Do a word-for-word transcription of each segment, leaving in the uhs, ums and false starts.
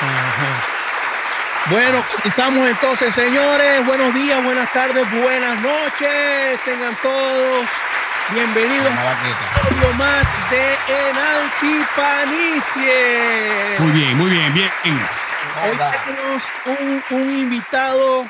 Ajá. Bueno, comenzamos entonces, señores. Buenos días, buenas tardes, buenas noches. Tengan todos bienvenidos a un video más de Enaltipanicie. Muy bien, muy bien, bien. Hoy tenemos un, un invitado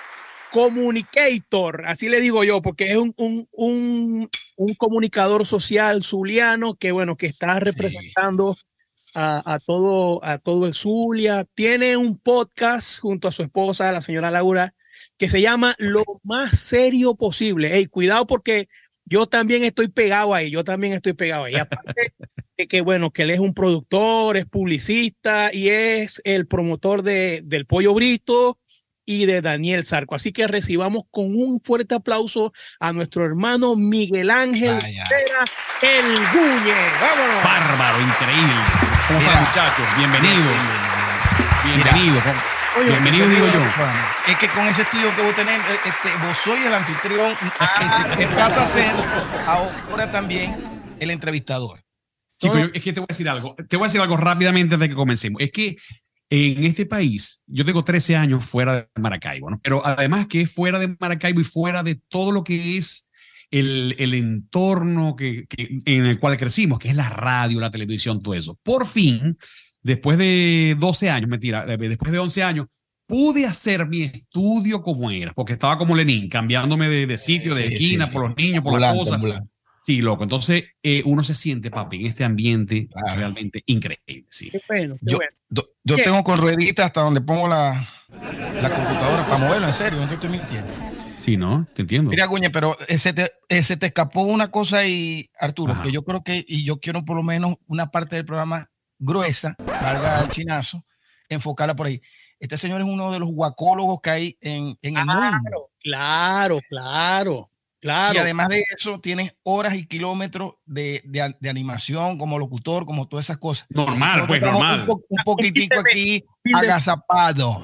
communicator, así le digo yo, porque es un, un, un, un comunicador social zuliano que, bueno, que está representando sí. A, a, todo, a todo el Zulia. Tiene un podcast junto a su esposa, la señora Laura, que se llama Lo Más Serio Posible. Hey, cuidado porque yo también estoy pegado ahí, yo también estoy pegado ahí. Aparte de que, bueno, que él es un productor, es publicista y es el promotor de, del Pollo Brito y de Daniel Zarco. Así que recibamos con un fuerte aplauso a nuestro hermano Miguel Ángel Rivera, el Guñe. ¡Vámonos! Bárbaro, increíble. ¿Cómo están, muchachos? Bienvenidos. Bienvenidos. Bienvenidos, digo yo. Es que con ese estudio que vos tenés, este, vos sois el anfitrión que, que pasa a ser ahora también el entrevistador. Chicos, yo, es que te voy a decir algo. Te voy a decir algo rápidamente antes de que comencemos. Es que en este país, yo tengo trece años fuera de Maracaibo, ¿no? Pero además que es fuera de Maracaibo y fuera de todo lo que es el, el entorno que, que, en el cual crecimos, que es la radio, la televisión, todo eso. Por fin, después de doce años, mentira, después de once años, pude hacer mi estudio como era, porque estaba como Lenin, cambiándome de, de sitio, de sí, esquina, sí, sí, por los niños, por ambulante, las cosas. Ambulante. Sí, loco. Entonces, eh, uno se siente, papi, en este ambiente claro. realmente increíble. Sí. Qué bueno, qué yo bueno. yo, yo tengo con rueditas hasta donde pongo la, la computadora para moverlo, en serio, no te estoy mintiendo. Sí, ¿no? Te entiendo. Mira, Guñe, pero ese te, ese te escapó una cosa y, Arturo, Ajá. que yo creo que, y yo quiero por lo menos una parte del programa gruesa, valga el chinazo, enfocarla por ahí. Este señor es uno de los guacólogos que hay en, en el claro, mundo. Claro, claro. Claro. Y además de eso, tienes horas y kilómetros de, de, de animación como locutor, como todas esas cosas. Normal, pues normal. Un, po, un poquitico aquí agazapados.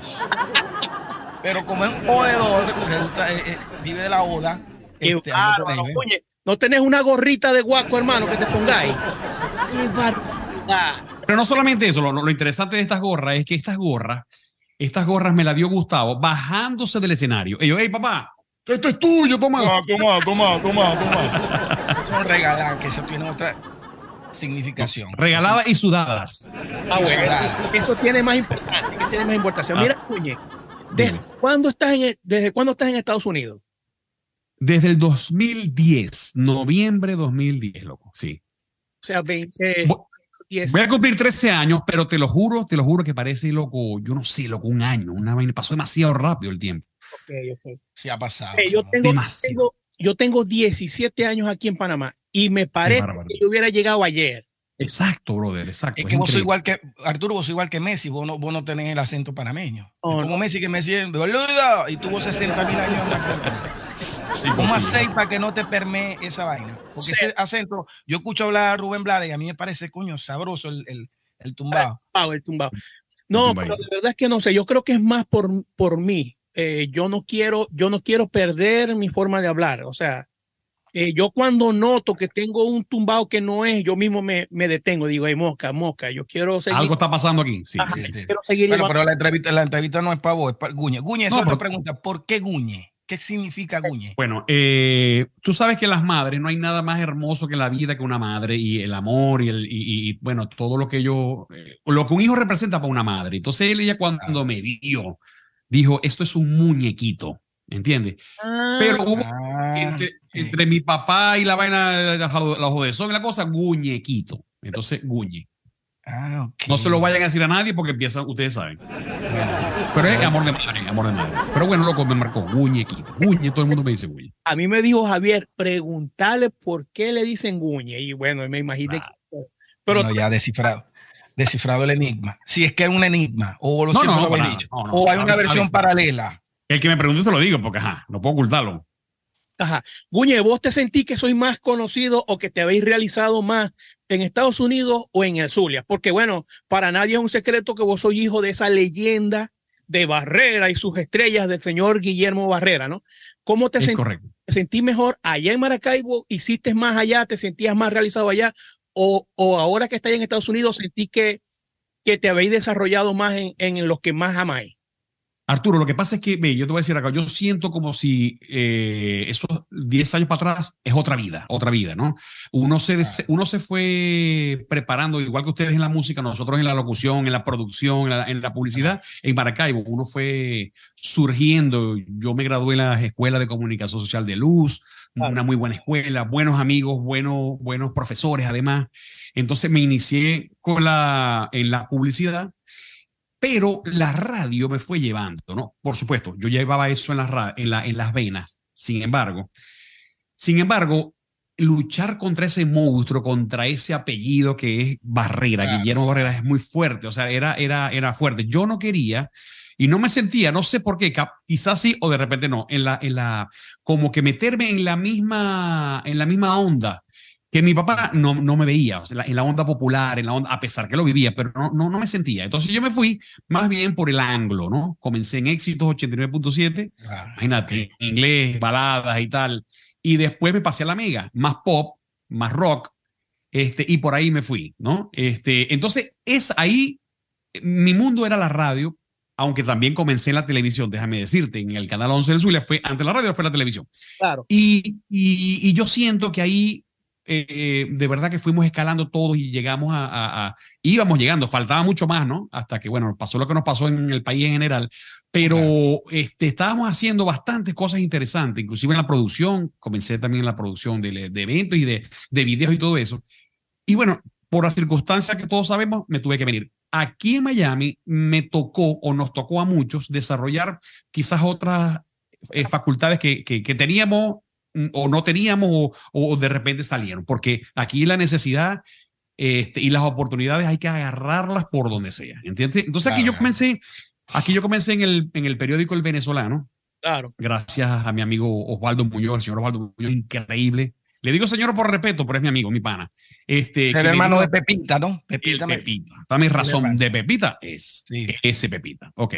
Pero como es un jodedor, le gusta, eh, eh, vive de la oda. Este, ah, no, tenéis, no, ¿eh? No tenés una gorrita de guaco, hermano, que te pongáis. ¡Qué barbaridad! Pero no solamente eso, lo, lo interesante de estas gorras es que estas gorras, estas gorras me las dio Gustavo bajándose del escenario. Y yo, hey, papá, esto es tuyo, toma. Toma, toma, toma, toma, toma. Son regaladas, que eso tiene otra significación. Regaladas y sudadas. Ah, bueno, sudadas. Eso tiene más importancia. Que tiene más importancia. Ah. Mira, Cuñe, ¿desde cuándo estás en, desde cuándo estás en Estados Unidos? Desde el dos mil diez, noviembre de dos mil diez, loco, sí. O sea, veinte, voy, diez. Voy a cumplir trece años, pero te lo juro, te lo juro que parece, loco, yo no sé, loco, un año, una vaina, pasó demasiado rápido el tiempo. Okay, okay. Sí ha pasado. Okay, yo, tengo, tengo, yo tengo diecisiete años aquí en Panamá y me parece que yo hubiera llegado ayer. Exacto, brother, exacto. Es que es vos sos igual que, Arturo, vos sos igual que Messi, vos no, vos no tenés el acento panameño. Oh, es como no. Messi, que Messi es boludo y tuvo sesenta mil años en acento. Sí, ¿Cómo hacéis sí, para que no te permee esa vaina? Porque sí. ese acento, yo escucho hablar a Rubén Blades y a mí me parece, coño, sabroso el, el, el tumbado. El, el tumbado. No, el pero la verdad es que no sé, yo creo que es más por, por mí. Eh, yo no quiero, yo no quiero perder mi forma de hablar. O sea, eh, yo cuando noto que tengo un tumbado que no es, yo mismo me, me detengo, digo, hey, mosca, mosca, yo quiero seguir. Algo está pasando aquí. Sí, Ajá, sí, sí. Quiero seguir bueno, pero la entrevista, la entrevista no es para vos, es para Guñe. Guñe, esa no, es otra pero... pregunta. ¿Por qué Guñe? ¿Qué significa Guñe? Bueno, eh, tú sabes que las madres, no hay nada más hermoso que la vida que una madre y el amor y, el, y, y bueno, todo lo que yo, eh, lo que un hijo representa para una madre. Entonces ella cuando ah. me vio, dijo, esto es un muñequito, ¿entiendes? Ah, Pero hubo ah, entre, sí. entre mi papá y la vaina, la jodezón y la cosa, Guñequito. Entonces, Guñe. Ah, okay. No se lo vayan a decir a nadie porque empiezan, ustedes saben. Bueno, pero es amor de madre, amor de madre. Pero bueno, loco, me marcó, Guñequito. Guñe, todo el mundo me dice Guñe. A mí me dijo Javier, preguntarle por qué le dicen Guñe. Y bueno, me imaginé ah. que... Pero bueno, ya descifrado. Descifrado el enigma. Si es que es un enigma, o lo no, siempre no, lo habéis dicho. No, no, o hay no, una no, versión no, paralela. El que me pregunte se lo digo, porque ajá, no puedo ocultarlo. Ajá. Guñe, ¿vos te sentís que sois más conocido o que te habéis realizado más en Estados Unidos o en el Zulia? Porque bueno, para nadie es un secreto que vos sois hijo de esa leyenda de Barrera y sus estrellas del señor Guillermo Barrera, ¿no? ¿Cómo te, sent te sentís mejor allá en Maracaibo? ¿Hiciste más allá? ¿Te sentías más realizado allá? ¿O, o ahora que estás en Estados Unidos sentís que, que te habéis desarrollado más en, en los que más amáis? Arturo, lo que pasa es que, ve, yo te voy a decir acá, yo siento como si eh, esos diez años para atrás es otra vida, otra vida, ¿no? Uno se, uno se fue preparando, igual que ustedes en la música, nosotros en la locución, en la producción, en la, en la publicidad, en Maracaibo, uno fue surgiendo. Yo me gradué en la Escuela de Comunicación Social de Luz, claro. Una muy buena escuela, buenos amigos, buenos, buenos profesores además. Entonces me inicié con la, en la publicidad. Pero la radio me fue llevando, ¿no? Por supuesto, yo llevaba eso en, la, en, la, en las venas. Sin embargo, sin embargo, luchar contra ese monstruo, contra ese apellido que es Barrera, claro. Guillermo Barrera, es muy fuerte. O sea, era, era, era fuerte. Yo no quería y no me sentía, no sé por qué, quizás sí o de repente no, en la, en la, como que meterme en la misma, en la misma onda que mi papá no, no me veía, o sea, en la onda popular, en la onda, a pesar que lo vivía, pero no, no, no me sentía. Entonces yo me fui más bien por el anglo, ¿no? Comencé en Éxitos ochenta y nueve punto siete, ah, imagínate, okay. Inglés, baladas y tal, y después me pasé a la Mega, más pop, más rock, este, y por ahí me fui, ¿no? Este, entonces es ahí, mi mundo era la radio, aunque también comencé en la televisión, déjame decirte, en el canal once del Zulia, fue antes la radio, fue la televisión. Claro. Y, y, y yo siento que ahí Eh, de verdad que fuimos escalando todos y llegamos a, a, a, íbamos llegando, faltaba mucho más, ¿no? Hasta que, bueno, pasó lo que nos pasó en el país en general, pero claro. este, estábamos haciendo bastantes cosas interesantes, inclusive en la producción, comencé también en la producción de, de eventos y de, de videos y todo eso. Y bueno, por las circunstancias que todos sabemos, me tuve que venir. Aquí en Miami me tocó, o nos tocó a muchos, desarrollar quizás otras eh, facultades que, que, que teníamos o no teníamos o, o de repente salieron, porque aquí la necesidad este, y las oportunidades hay que agarrarlas por donde sea, ¿entiendes? Entonces aquí claro. yo comencé, aquí yo comencé en el, en el periódico El Venezolano, claro. Gracias a mi amigo Osvaldo Muñoz, el señor Osvaldo Muñoz, increíble. Le digo señor por respeto, pero es mi amigo, mi pana. Este, el hermano dijo, de Pepita, ¿no? Pepita. El Pepita. Dame razón, de Pepita es sí. ese Pepita. Ok.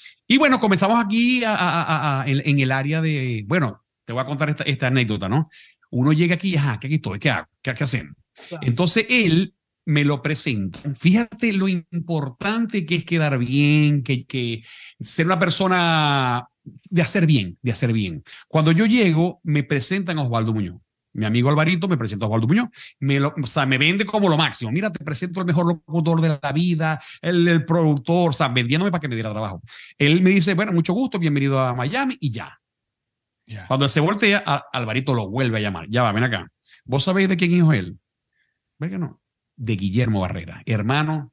Y bueno, comenzamos aquí a, a, a, a, en, en el área de, bueno, te voy a contar esta, esta anécdota, ¿no? Uno llega aquí y, ajá, ¿qué aquí estoy? ¿Qué hago? ¿Qué, qué hacemos? Claro. Entonces él me lo presenta. Fíjate lo importante que es quedar bien, que, que ser una persona de hacer bien, de hacer bien. Cuando yo llego, me presentan a Osvaldo Muñoz. Mi amigo Alvarito me presenta a Osvaldo Muñoz. Me, lo, o sea, me vende como lo máximo. Mira, te presento el mejor locutor de la vida, el, el productor, o sea, vendiéndome para que me diera trabajo. Él me dice, bueno, mucho gusto, bienvenido a Miami y ya. Yeah. Cuando él se voltea, a, Alvarito lo vuelve a llamar. Ya va, ven acá. ¿Vos sabéis de quién hijo es él? ¿Ven que no? De Guillermo Barrera. Hermano,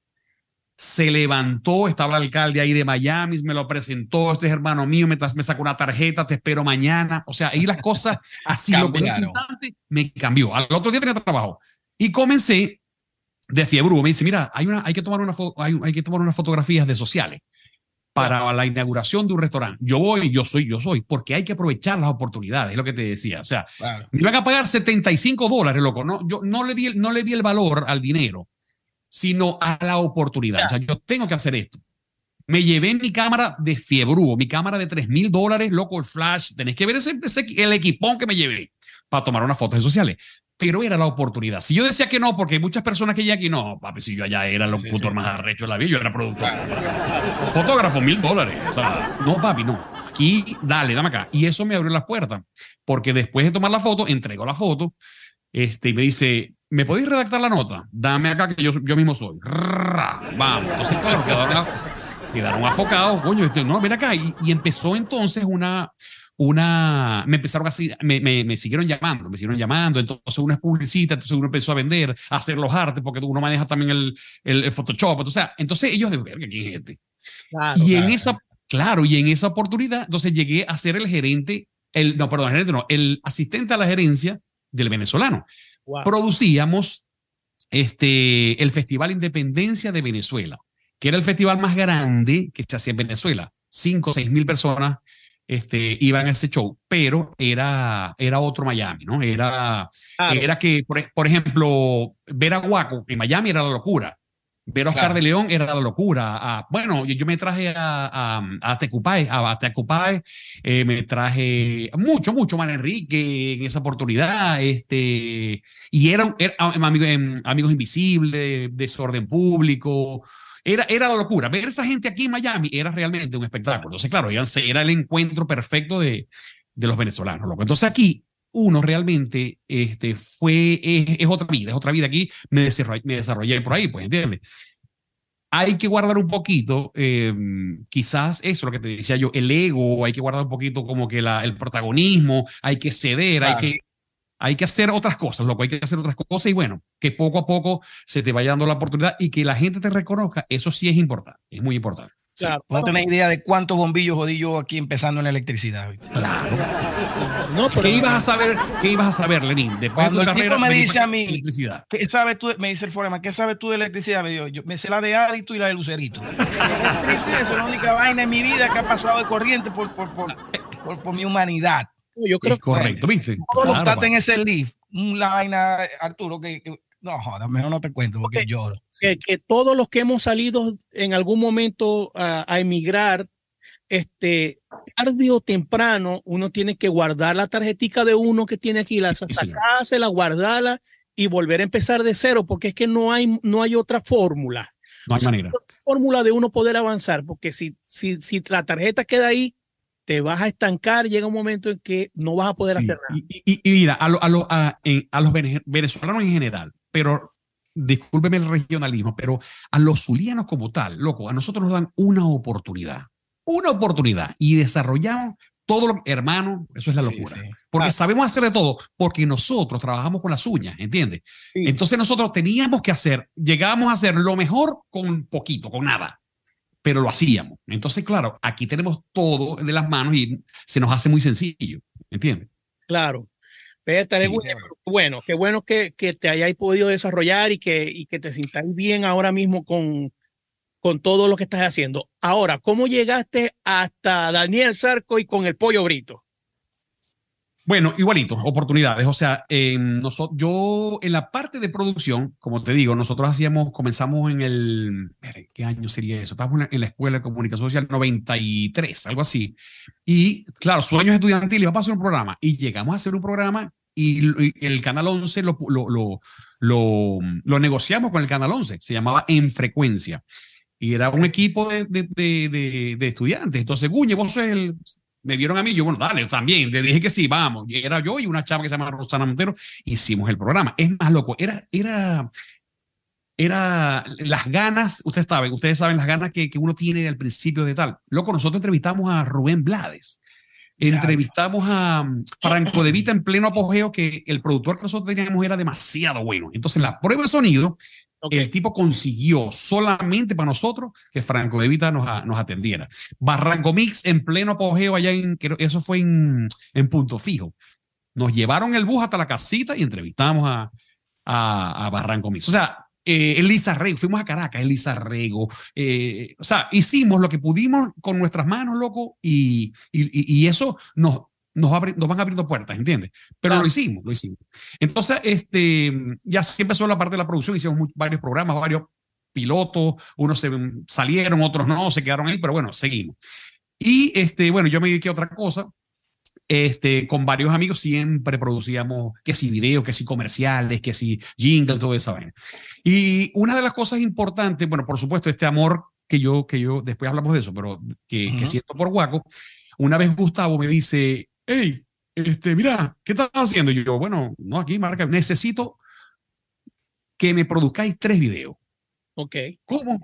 se levantó, estaba el alcalde ahí de Miami, me lo presentó, este es hermano mío, me, me sacó una tarjeta, te espero mañana. O sea, ahí las cosas, así lo que en ese instante me cambió. Al otro día tenía trabajo. Y comencé de fiebre. Me dice, mira, hay, una, hay, que tomar una hay, hay que tomar unas fotografías de sociales para la inauguración de un restaurante. Yo voy, yo soy, yo soy, porque hay que aprovechar las oportunidades, es lo que te decía. O sea, claro. Me iban a pagar setenta y cinco dólares, loco. No, yo no le, di, no le di el valor al dinero, sino a la oportunidad. O sea, yo tengo que hacer esto. Me llevé mi cámara de fiebrúo, mi cámara de tres mil dólares, loco, el flash. Tenés que ver ese, ese, el equipón que me llevé para tomar unas fotos sociales. Pero era la oportunidad. Si yo decía que no, porque hay muchas personas que ya aquí no, papi, si yo allá era el locutor sí, sí. más arrecho de la vida, yo era productor. Claro. Fotógrafo, mil dólares. O sea, no, papi, no. Aquí, dale, dame acá. Y eso me abrió las puertas. Porque después de tomar la foto, entregó la foto este, y me dice, ¿me podéis redactar la nota? Dame acá que yo, yo mismo soy. Vamos. Entonces, claro, quedaron, quedaron afocados. Coño, este, no, ven acá. Y, y empezó entonces una... Una, me empezaron a me, me, me siguieron llamando, me siguieron llamando, entonces uno es publicista, entonces uno empezó a vender, a hacer los artes, porque uno maneja también el, el, el Photoshop, o sea, entonces ellos de ver que aquí hay gente. Claro, y claro. en esa, claro, y en esa oportunidad, entonces llegué a ser el gerente, el, no, perdón, el gerente no, el asistente a la gerencia del Venezolano. Wow. Producíamos este, el Festival Independencia de Venezuela, que era el festival más grande que se hacía en Venezuela, cinco o seis mil personas. Este, iban a ese show, pero era, era otro Miami, ¿no? Era, claro. era que, por, por ejemplo, ver a Guaco en Miami era la locura, Ver a Oscar claro. de León era la locura. Ah, bueno, yo, yo me traje a, a, a Tecupáez, a, a Tecupáez, eh, me traje mucho, mucho Mar Enrique en esa oportunidad. Este, y eran era, amigos, amigos Invisibles, Desorden Público. Era, era la locura. Ver a esa gente aquí en Miami era realmente un espectáculo. Entonces, claro, era el encuentro perfecto de, de los venezolanos. Loco. Entonces, aquí uno realmente este, fue, es, es otra vida, es otra vida. Aquí me desarrollé, me desarrollé por ahí, pues, ¿entiendes? Hay que guardar un poquito, eh, quizás eso, lo que te decía yo, el ego, hay que guardar un poquito como que la, el protagonismo, hay que ceder, claro. hay que Hay que hacer otras cosas, loco, hay que hacer otras cosas y bueno, que poco a poco se te vaya dando la oportunidad y que la gente te reconozca, eso sí es importante, es muy importante. Claro. Sí. No tenés idea de cuántos bombillos jodí yo aquí empezando en la electricidad. Claro. No, pero ¿Qué ibas a saber, qué ibas a saber, Lenín? Después Cuando de tu el carrera, tipo me dice a mí, ¿qué sabes tú? Me dice el foreman, ¿qué sabes tú de electricidad? Me dijo, yo me sé la de Adito y la de Lucerito. Esa es la única vaina en mi vida que ha pasado de corriente por, por, por, por, por mi humanidad. Yo creo es correcto, que, ¿viste? Claro, montate en ese lift, una vaina, Arturo, que, que no jodas, mejor no te cuento porque okay. lloro. Que, que todos los que hemos salido en algún momento a, a emigrar, este, tarde o temprano, uno tiene que guardar la tarjetica de uno que tiene aquí, la sacársela, guardarla y volver a empezar de cero, porque es que no hay, no hay otra fórmula. No hay manera. No hay fórmula de uno poder avanzar, porque si, si, si la tarjeta queda ahí, te vas a estancar, llega un momento en que no vas a poder sí. hacer nada. Y, y, y mira, a, lo, a, lo, a, a los venezolanos en general, pero discúlpeme el regionalismo, pero a los zulianos como tal, loco, a nosotros nos dan una oportunidad, una oportunidad y desarrollamos todo lo hermano, eso es la locura. Sí, sí. Porque ah. sabemos hacer de todo, porque nosotros trabajamos con las uñas, ¿entiendes? Sí. Entonces nosotros teníamos que hacer, llegábamos a hacer lo mejor con poquito, con nada. Pero lo hacíamos. Entonces, claro, aquí tenemos todo de las manos y se nos hace muy sencillo, ¿entiendes? Claro. Pero, sí, bueno, bueno, qué bueno que, que te hayáis podido desarrollar y que, y que te sintáis bien ahora mismo con, con todo lo que estás haciendo. Ahora, ¿cómo llegaste hasta Daniel Zarco y con el Pollo Brito? Bueno, igualito, oportunidades. O sea, eh, nosotros, yo en la parte de producción, como te digo, nosotros hacíamos, comenzamos en el, ¿qué año sería eso? Estábamos en la Escuela de Comunicación Social, noventa y tres, algo así. Y claro, sueños estudiantiles, vamos a hacer un programa. Y llegamos a hacer un programa y, y el Canal once lo, lo, lo, lo, lo negociamos con el Canal once, se llamaba En Frecuencia. Y era un equipo de, de, de, de, de estudiantes. Entonces, Guñe, vos sos el... Me vieron a mí, yo, bueno, dale, también. Le dije que sí, vamos. Y era yo y una chava que se llama Rosana Montero. Hicimos el programa. Es más, loco, era, era, era las ganas, ustedes saben, ustedes saben las ganas que, que uno tiene al principio de tal. Loco, nosotros entrevistamos a Rubén Blades. Entrevistamos a Franco De Vita en pleno apogeo, que el productor que nosotros teníamos era demasiado bueno. Entonces, la prueba de sonido, okay. el tipo consiguió solamente para nosotros que Franco De Vita nos, a, nos atendiera. Barranco Mix en pleno apogeo allá en, eso fue en, en Punto Fijo. Nos llevaron el bus hasta la casita y entrevistamos a, a, a Barranco Mix. O sea, eh, Elisa Rego, fuimos a Caracas, Elisa Rego. Eh, o sea, hicimos lo que pudimos con nuestras manos, loco, y, y, y eso nos, nos, abre, nos van abriendo puertas, ¿entiendes? Pero claro. lo hicimos, lo hicimos. Entonces, este, ya sí empezó la parte de la producción, hicimos muy, varios programas, varios pilotos, unos se salieron, otros no, se quedaron ahí, pero bueno, seguimos. Y este, bueno, yo me dediqué a otra cosa. Este, con varios amigos siempre producíamos que si videos, que si comerciales, que si jingle, todo eso. Y una de las cosas importantes, bueno, por supuesto, este amor que yo, que yo, después hablamos de eso, pero que, uh-huh. que siento por Guaco, una vez Gustavo me dice, hey, este, mira, ¿qué estás haciendo? Y yo, bueno, no, aquí, marca, necesito que me produzcáis tres videos. Ok. ¿Cómo?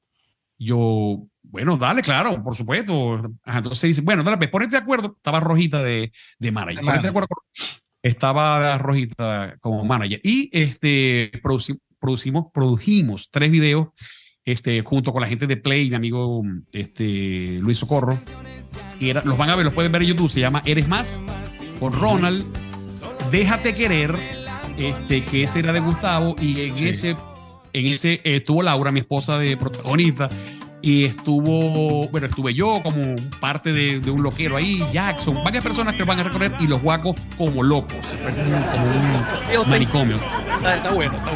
Yo, bueno, dale, claro, por supuesto. Ajá, entonces dice, bueno, dale, pues, ponete de acuerdo. Estaba Rojita de, de manager. Ponete de acuerdo. Estaba Rojita como manager. Y este, produci, producimos, produjimos tres videos este, junto con la gente de Play, mi amigo este, Luis Socorro. Y era, los van a ver, los pueden ver en YouTube. Se llama Eres Más, con Ronald. Déjate Querer, este, que ese era de Gustavo. Y en sí. ese, en ese eh, estuvo Laura, mi esposa de protagonista. Y estuvo, bueno, estuve yo como parte de, de un loquero ahí, Jackson, varias personas que van a recorrer y los guacos como locos. Fue como, como un manicomio. Está, está bueno, está bueno.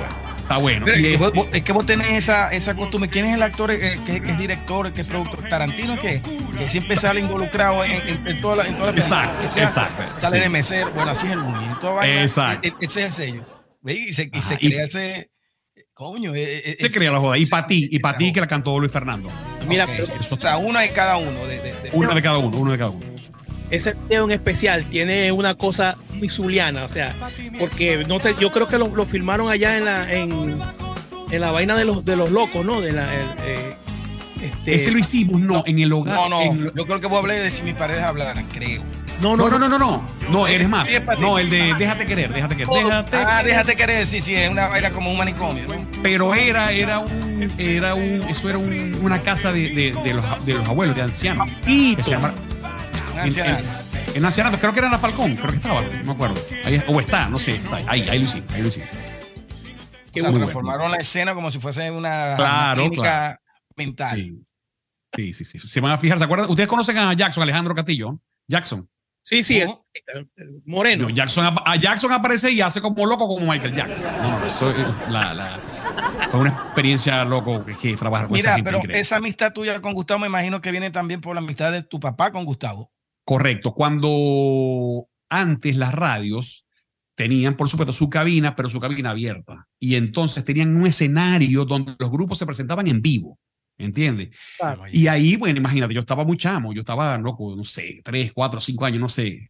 Está bueno. Pero, Y es, que este- vos, es que vos tenés esa, esa costumbre. ¿Quién es el actor eh, que, que es director, que es productor? Tarantino, que, que siempre sale involucrado en, en, en toda la, en toda la película. Exacto, Que sea- exacto, Sale sí. de mesero. Bueno, así es el Luis. En toda vaina, Exacto. e- e- ese es el sello. ¿Ve? Y se, y se Ajá, y- crea ese. Coño. eh, eh, Se ese- crea la joda. Y ese- para ti, y esa para ti que joda. la cantó Luis Fernando. Mira, Ok, pero sí. O sea, uno de cada uno. De, de, de- Uno de cada uno, uno de cada uno. ese video en especial tiene una cosa muy zuliana, o sea, porque no sé, yo creo que lo, lo filmaron allá en la en, en la vaina de los de los locos, ¿no? De la el, eh, este, Ese lo hicimos, no, en el hogar. No, no. en lo- Yo creo que vos hablé de Si mis paredes hablaran, creo. no, No, no, no, no, no, no. No, eres más. Sí, es para ti. No, el de Déjate querer, déjate querer. Déjate Ah, querer. déjate querer. Sí, sí. Es una vaina como un manicomio, ¿no? Pero era, era un, era un, eso era un- una casa de, de, de los, de los abuelos, de ancianos. Pito. Que se llama, Un en, ancianato. en, en ancianato, creo que era en la Falcón, creo que estaba, no me acuerdo. Ahí, o está, no sé, está ahí, ahí, ahí lo hicimos, ahí lo hicimos. Qué O sea, muy transformaron bueno. la escena como si fuese una, Claro, una clínica mental. Sí. sí, sí, sí. Se van a fijar, ¿se acuerdan? Ustedes conocen a Jackson, Alejandro Castillo. Jackson. Sí, sí, el- ¿Cómo? el- el moreno. No, Jackson, ap- a Jackson aparece y hace como loco como Michael Jackson. No, no, eso, eh, la, la, fue una experiencia loco que, que trabajar con esa Mira, gente pero increíble. esa amistad tuya con Gustavo me imagino que viene también por la amistad de tu papá con Gustavo. Correcto. Cuando antes las radios tenían, por supuesto, su cabina, pero su cabina abierta. Y entonces tenían un escenario donde los grupos se presentaban en vivo. ¿Entiendes? Claro. Y ahí, bueno, imagínate, yo estaba muy chamo, yo estaba loco, no sé, tres, cuatro, cinco años, no sé.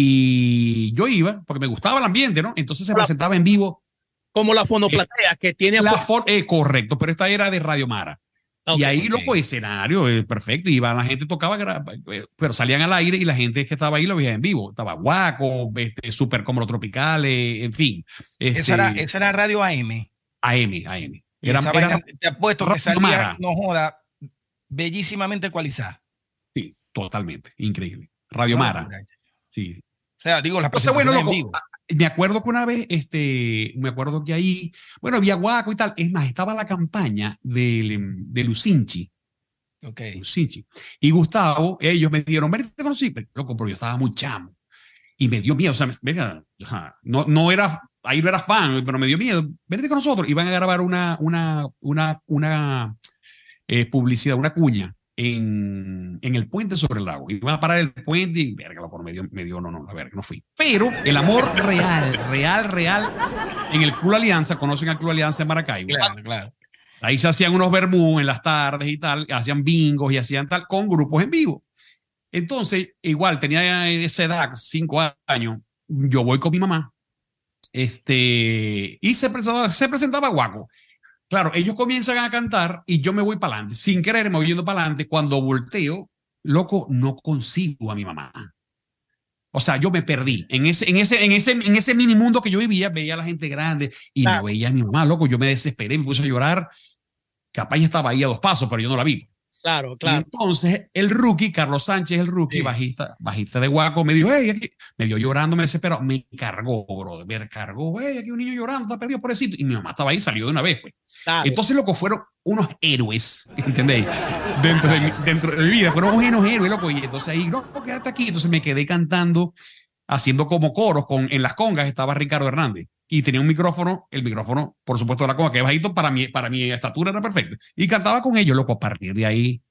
Y yo iba, porque me gustaba el ambiente, ¿no? Entonces se Claro. presentaba en vivo. Como la fonoplatea que tiene La afuera. for- eh, correcto, pero esta era de Radio Mara. Ok, y ahí, ok. loco, escenario, eh, perfecto. Iba, la gente tocaba, gra- eh, pero salían al aire y la gente que estaba ahí lo veía en vivo. Estaba Guaco, este, Super como los Tropicales, en fin. Este, Eso era, eso era Radio A M. A M, A M. Y Era, esa era- vaina, te apuesto que Radio salía, Mara. no joda, bellísimamente ecualizada. sí, totalmente, increíble. Radio No, Mara, muchacho. sí. O sea, digo, la Entonces, bueno, presentación en loco, vivo. ah, me acuerdo que una vez, este, me acuerdo que ahí, bueno, había Guaco y tal. Es más, estaba la campaña de, de Lucinchi. Ok. Lucinchi. Y Gustavo, ellos me dijeron, ven, te conocí, pero, loco, pero yo estaba muy chamo. Y me dio miedo, o sea, me- venga, ajá, no, no era, ahí no era fan, pero me dio miedo. Vente con nosotros. Iban a grabar una, una, una, una eh, publicidad, una cuña en, en el puente sobre el lago. Iban a parar el puente y, verga, loco, me dio, me dio, no, no, a ver, no fui. Pero el amor real, real, real, en el Club Alianza, conocen al Club Alianza en Maracaibo. Claro, claro. Ahí se hacían unos vermú en las tardes y tal, hacían bingos y hacían tal con grupos en vivo. Entonces, igual tenía esa edad, cinco años, yo voy con mi mamá, este, y se presentaba, se presentaba Guaco. Claro, ellos comienzan a cantar y yo me voy para adelante, sin querer me voy yendo para adelante. Cuando volteo, loco, no consigo a mi mamá. O sea, yo me perdí en ese, en ese, en ese, en ese mini mundo que yo vivía, veía a la gente grande y Claro. no veía a mi mamá, loco, yo me desesperé, me puse a llorar. Capaz ya estaba ahí a dos pasos, pero yo no la vi. Claro, Y claro. entonces el rookie, Carlos Sánchez, el rookie, Sí. bajista, bajista de Guaco, me dijo, hey, aquí, me vio llorando, me desesperó, me cargó, bro, me cargó, hey, aquí un niño llorando, está perdido por el sitio. Y mi mamá estaba ahí, salió de una vez, pues. claro. Entonces, loco, fueron unos héroes, ¿entendéis? Dentro de, mi, dentro de mi vida, fueron unos héroes, loco. Y entonces ahí, no, no, quédate aquí. Entonces me quedé cantando, haciendo como coros, con, en las congas estaba Ricardo Hernández. Y tenía un micrófono, el micrófono, por supuesto, de la conga, que es bajito, para mi, para mi estatura era perfecto. Y cantaba con ellos, loco, a partir de ahí.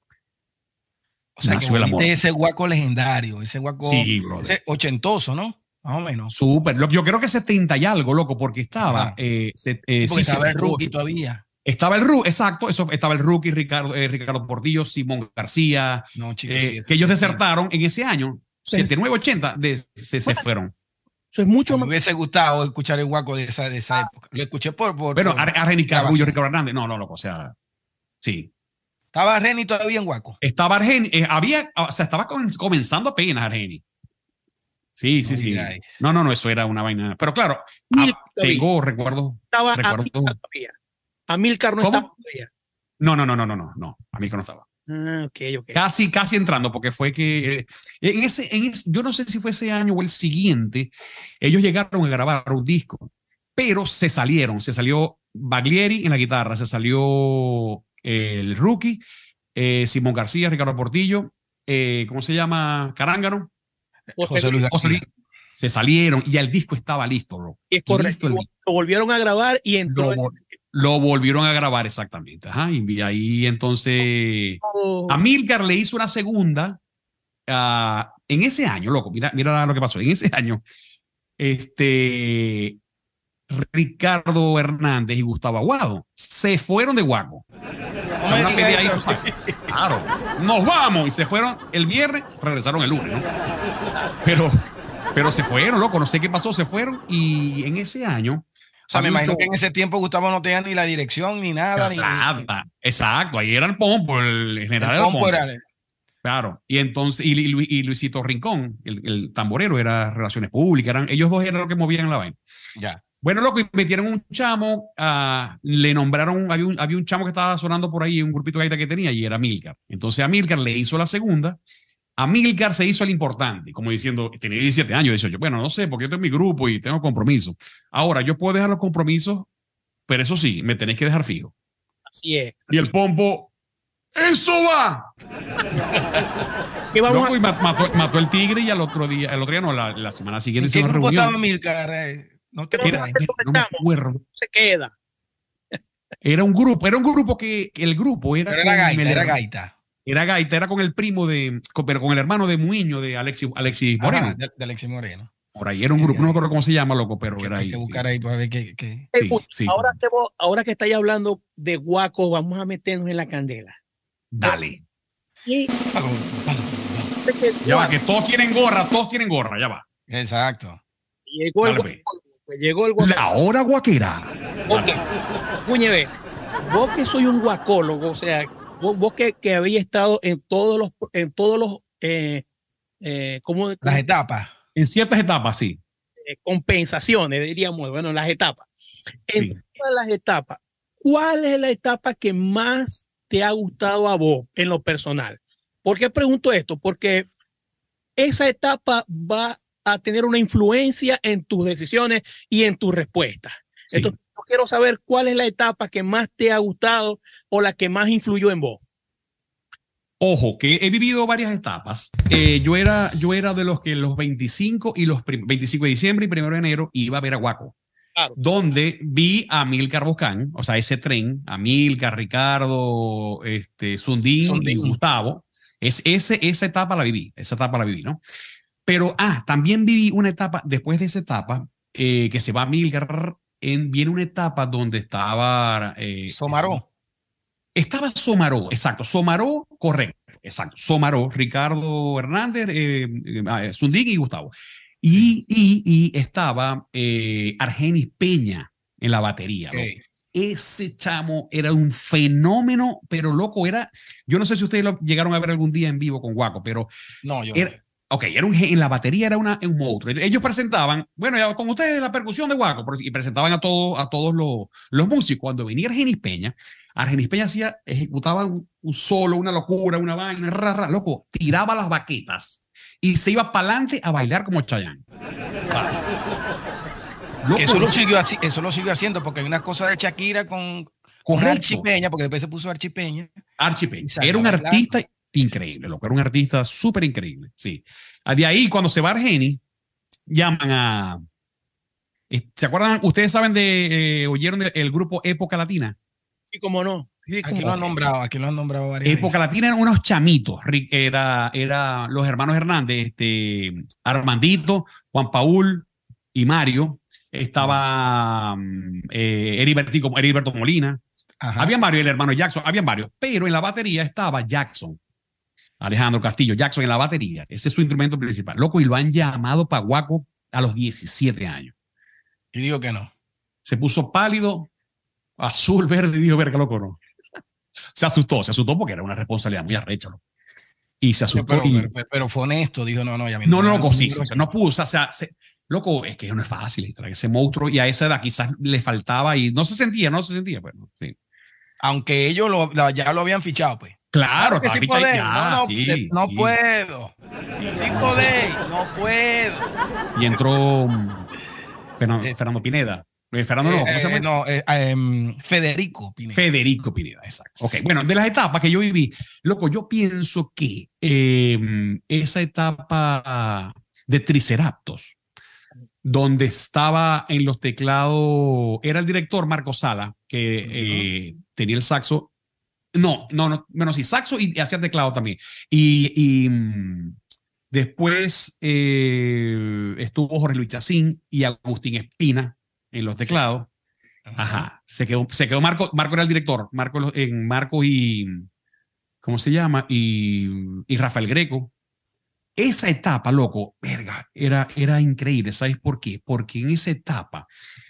O sea, que nació el amor. volviste ese guaco legendario, ese guaco Sí, brother. ese ochentoso, ¿no? Más o menos. Súper. Lo- Yo creo que setenta y algo, loco, porque estaba. Ajá. Eh, se- eh, Porque sí, estaba el setenta y rookie ocho. todavía. Estaba el rookie, exacto. Eso, estaba el rookie, Ricardo, eh, Ricardo Portillo, Simón García, No, chicos, eh, sí, que ellos sí, desertaron en ese año. Sí. setenta y nueve, ochenta, de, se, se fueron. Eso es mucho Me más. hubiese gustado escuchar el guaco de esa, de esa época. Lo escuché por. por Bueno, por- a, a Reni Carullo, grabación. Ricardo Hernández. No, no, loco. O sea, sí. Estaba Reni todavía en guaco. Estaba Argeni, eh, había, o sea, estaba comen- comenzando apenas Argeni. Sí, sí, No sí. digáis. No, no, no, eso era una vaina. Pero claro, Mil ah, tengo recuerdos. Estaba recuerdo- Amílcar todavía. Amílcar no ¿Cómo? estaba todavía. No, no, no, no, no, no, no. A mí que no estaba. Ah, ok, ok. Casi, casi entrando, porque fue que eh, en ese, en ese, yo no sé si fue ese año o el siguiente, ellos llegaron a grabar un disco, pero se salieron. Se salió Baglieri en la guitarra, se salió eh, el rookie, eh, Simón García, Ricardo Portillo, eh, ¿cómo se llama? Carángano, José Luis José García. Luis. Se salieron y ya el disco estaba listo, bro. Y es correcto. Listo el disco. Lo volvieron a grabar y entró. Lo, Lo volvieron a grabar exactamente. Ajá, y ahí entonces Oh. Amílcar le hizo una segunda uh, en ese año, loco. Mira, mira lo que pasó. En ese año, este Ricardo Hernández y Gustavo Aguado se fueron de Guaco. O sea, una pelea ahí, pues, claro, nos vamos y se fueron el viernes, regresaron el lunes, ¿no? Pero, pero se fueron, loco, no sé qué pasó, se fueron y en ese año. O sea, me imagino que en ese tiempo Gustavo no tenía ni la dirección ni nada. Ni, nada. Exacto, ahí era el pompo, el general el pompo. Era el... Claro, y entonces, y, y, y Luisito Rincón, el, el tamborero, era Relaciones Públicas, eran, ellos dos eran los que movían la vaina. Ya. Bueno, loco, y metieron un chamo, uh, le nombraron, había un, había un chamo que estaba sonando por ahí, un grupito de gaita que tenía, y era Amílcar. Entonces Amílcar le hizo la segunda. Amílcar se hizo el importante, como diciendo, tenía diecisiete años, dieciocho. Bueno, no sé, porque yo tengo mi grupo y tengo compromisos. Ahora, yo puedo dejar los compromisos, pero eso sí, me tenéis que dejar fijo. Así es. Y el pompo, ¡eso va! ¿Qué vamos loco, a... y mató, mató el tigre y al otro día, el otro día no, la, la semana siguiente se nos reunió. estaba Amílcar? Eh, no te era, era, no me acuerdo. Se queda. Era un grupo, era un grupo que, que el grupo era. Pero era gaita, era gaita. Era gaita, era con el primo de, con, pero con el hermano de Muiño, de Alexis, Alexis Moreno. Ajá, de, de Alexis Moreno. Por ahí era un grupo, no me acuerdo cómo se llama, loco, pero que, era hay ahí. que buscar sí. ahí para ver qué. qué... Sí, sí, ahora, sí. Que vos, ahora que estáis hablando de Guaco, vamos a meternos en la candela. Dale. Y, ya va, que todos tienen gorra, todos tienen gorra, ya va. Exacto. Llegó el, Dale, guaco, llegó el guaco. La hora guaquera. Ok. Puñeve, vos que soy un guacólogo, o sea, vos, vos que, que habéis estado en todos los, en todos los, eh, eh, ¿cómo, cómo? Las etapas. En ciertas etapas, sí. Eh, compensaciones, diríamos, bueno, las etapas. En sí. Todas las etapas, ¿cuál es la etapa que más te ha gustado a vos en lo personal? ¿Por qué pregunto esto? Porque esa etapa va a tener una influencia en tus decisiones y en tus respuestas. Sí. Entonces, yo quiero saber cuál es la etapa que más te ha gustado o la que más influyó en vos. Ojo, que he vivido varias etapas. Eh, yo, era, yo era de los que los veinticinco y los veinticinco de diciembre y primero de enero iba a ver a Guaco. Claro. Donde vi a Amílcar Boscán, o sea, ese tren, Amílcar, Ricardo, este, Sundín, Sundín y Gustavo. Es, ese, esa etapa la viví, esa etapa la viví, ¿no? Pero, ah, también viví una etapa, después de esa etapa, eh, que se va a Amílcar, en, viene una etapa donde estaba... Eh, Somaró. Estaba Somaró, exacto, Somaró, correcto, exacto, Somaró, Ricardo Hernández, eh, eh, Sundín y Gustavo. Y, y, y estaba eh, Argenis Peña en la batería, okay. ¿No? Ese chamo era un fenómeno, pero loco, era, yo no sé si ustedes lo llegaron a ver algún día en vivo con Guaco, pero no, yo era, ok, era un, en la batería era una, un monstruo. Ellos presentaban, bueno, ya con ustedes la percusión de Guaco, y presentaban a todos, a todos los, los músicos. Cuando venía Argenis Peña, Argenis Peña hacía, ejecutaba un, un solo, una locura, una vaina, rara, loco, tiraba las baquetas y se iba para adelante a bailar como Chayanne. Loco, eso, lo siguió así, eso lo siguió haciendo porque hay una cosa de Shakira con, con Archipeña, porque después se puso Archipeña. Archipeña. Era un artista increíble, loco. Era un artista súper increíble. Sí. De ahí, cuando se va Argenis, llaman a. ¿Se acuerdan? ¿Ustedes saben de. Eh, oyeron del grupo Época Latina? Sí, cómo no. Sí, aquí lo han nombrado, aquí lo han nombrado varias Época veces. Latina eran unos chamitos. Era, era los hermanos Hernández, este, Armandito, Juan Paul y Mario. Estaba eh, Heriberto, Heriberto Molina. Ajá. Habían varios, el hermano Jackson, habían varios. Pero en la batería estaba Jackson, Alejandro Castillo, Jackson en la batería. Ese es su instrumento principal. Loco, y lo han llamado para Guaco a los diecisiete años. Y digo que no. Se puso pálido, azul, verde, y dijo, verga, loco, no. Se asustó, se asustó porque era una responsabilidad muy arrecha, ¿no? Y se asustó. Pero, y... pero, pero fue honesto, dijo, no, no, ya me No, no, no, sí, sí, no puso, o sea, se... Loco, es que no es fácil traer ese monstruo y a esa edad quizás le faltaba y no se sentía, no se sentía, pues, sí. Aunque ellos lo, ya lo habían fichado, pues. Claro, claro sí podéis, ya, no, no, sí, no sí. puedo. Sí podéis, no puedo. Y entró Fernando, eh, Fernando Pineda. Eh, Fernando no, ¿cómo eh, se llama? No, eh, um, Federico Pineda. Federico Pineda, exacto. Ok, bueno, de las etapas que yo viví, loco, yo pienso que eh, esa etapa de Triceratops donde estaba en los teclados, era el director Marco Sala, que uh-huh. eh, tenía el saxo. No, no, no, bueno, sí, saxo y, y hacía teclado también. Y, y después eh, estuvo Jorge Luis Chacín y Agustín Espina en los teclados. Sí. Ajá, se quedó, se quedó Marco, Marco era el director, Marco en Marco y, ¿cómo se llama? Y, y Rafael Greco. Esa etapa, loco, verga, era, era increíble. ¿Sabes por qué? Porque en esa etapa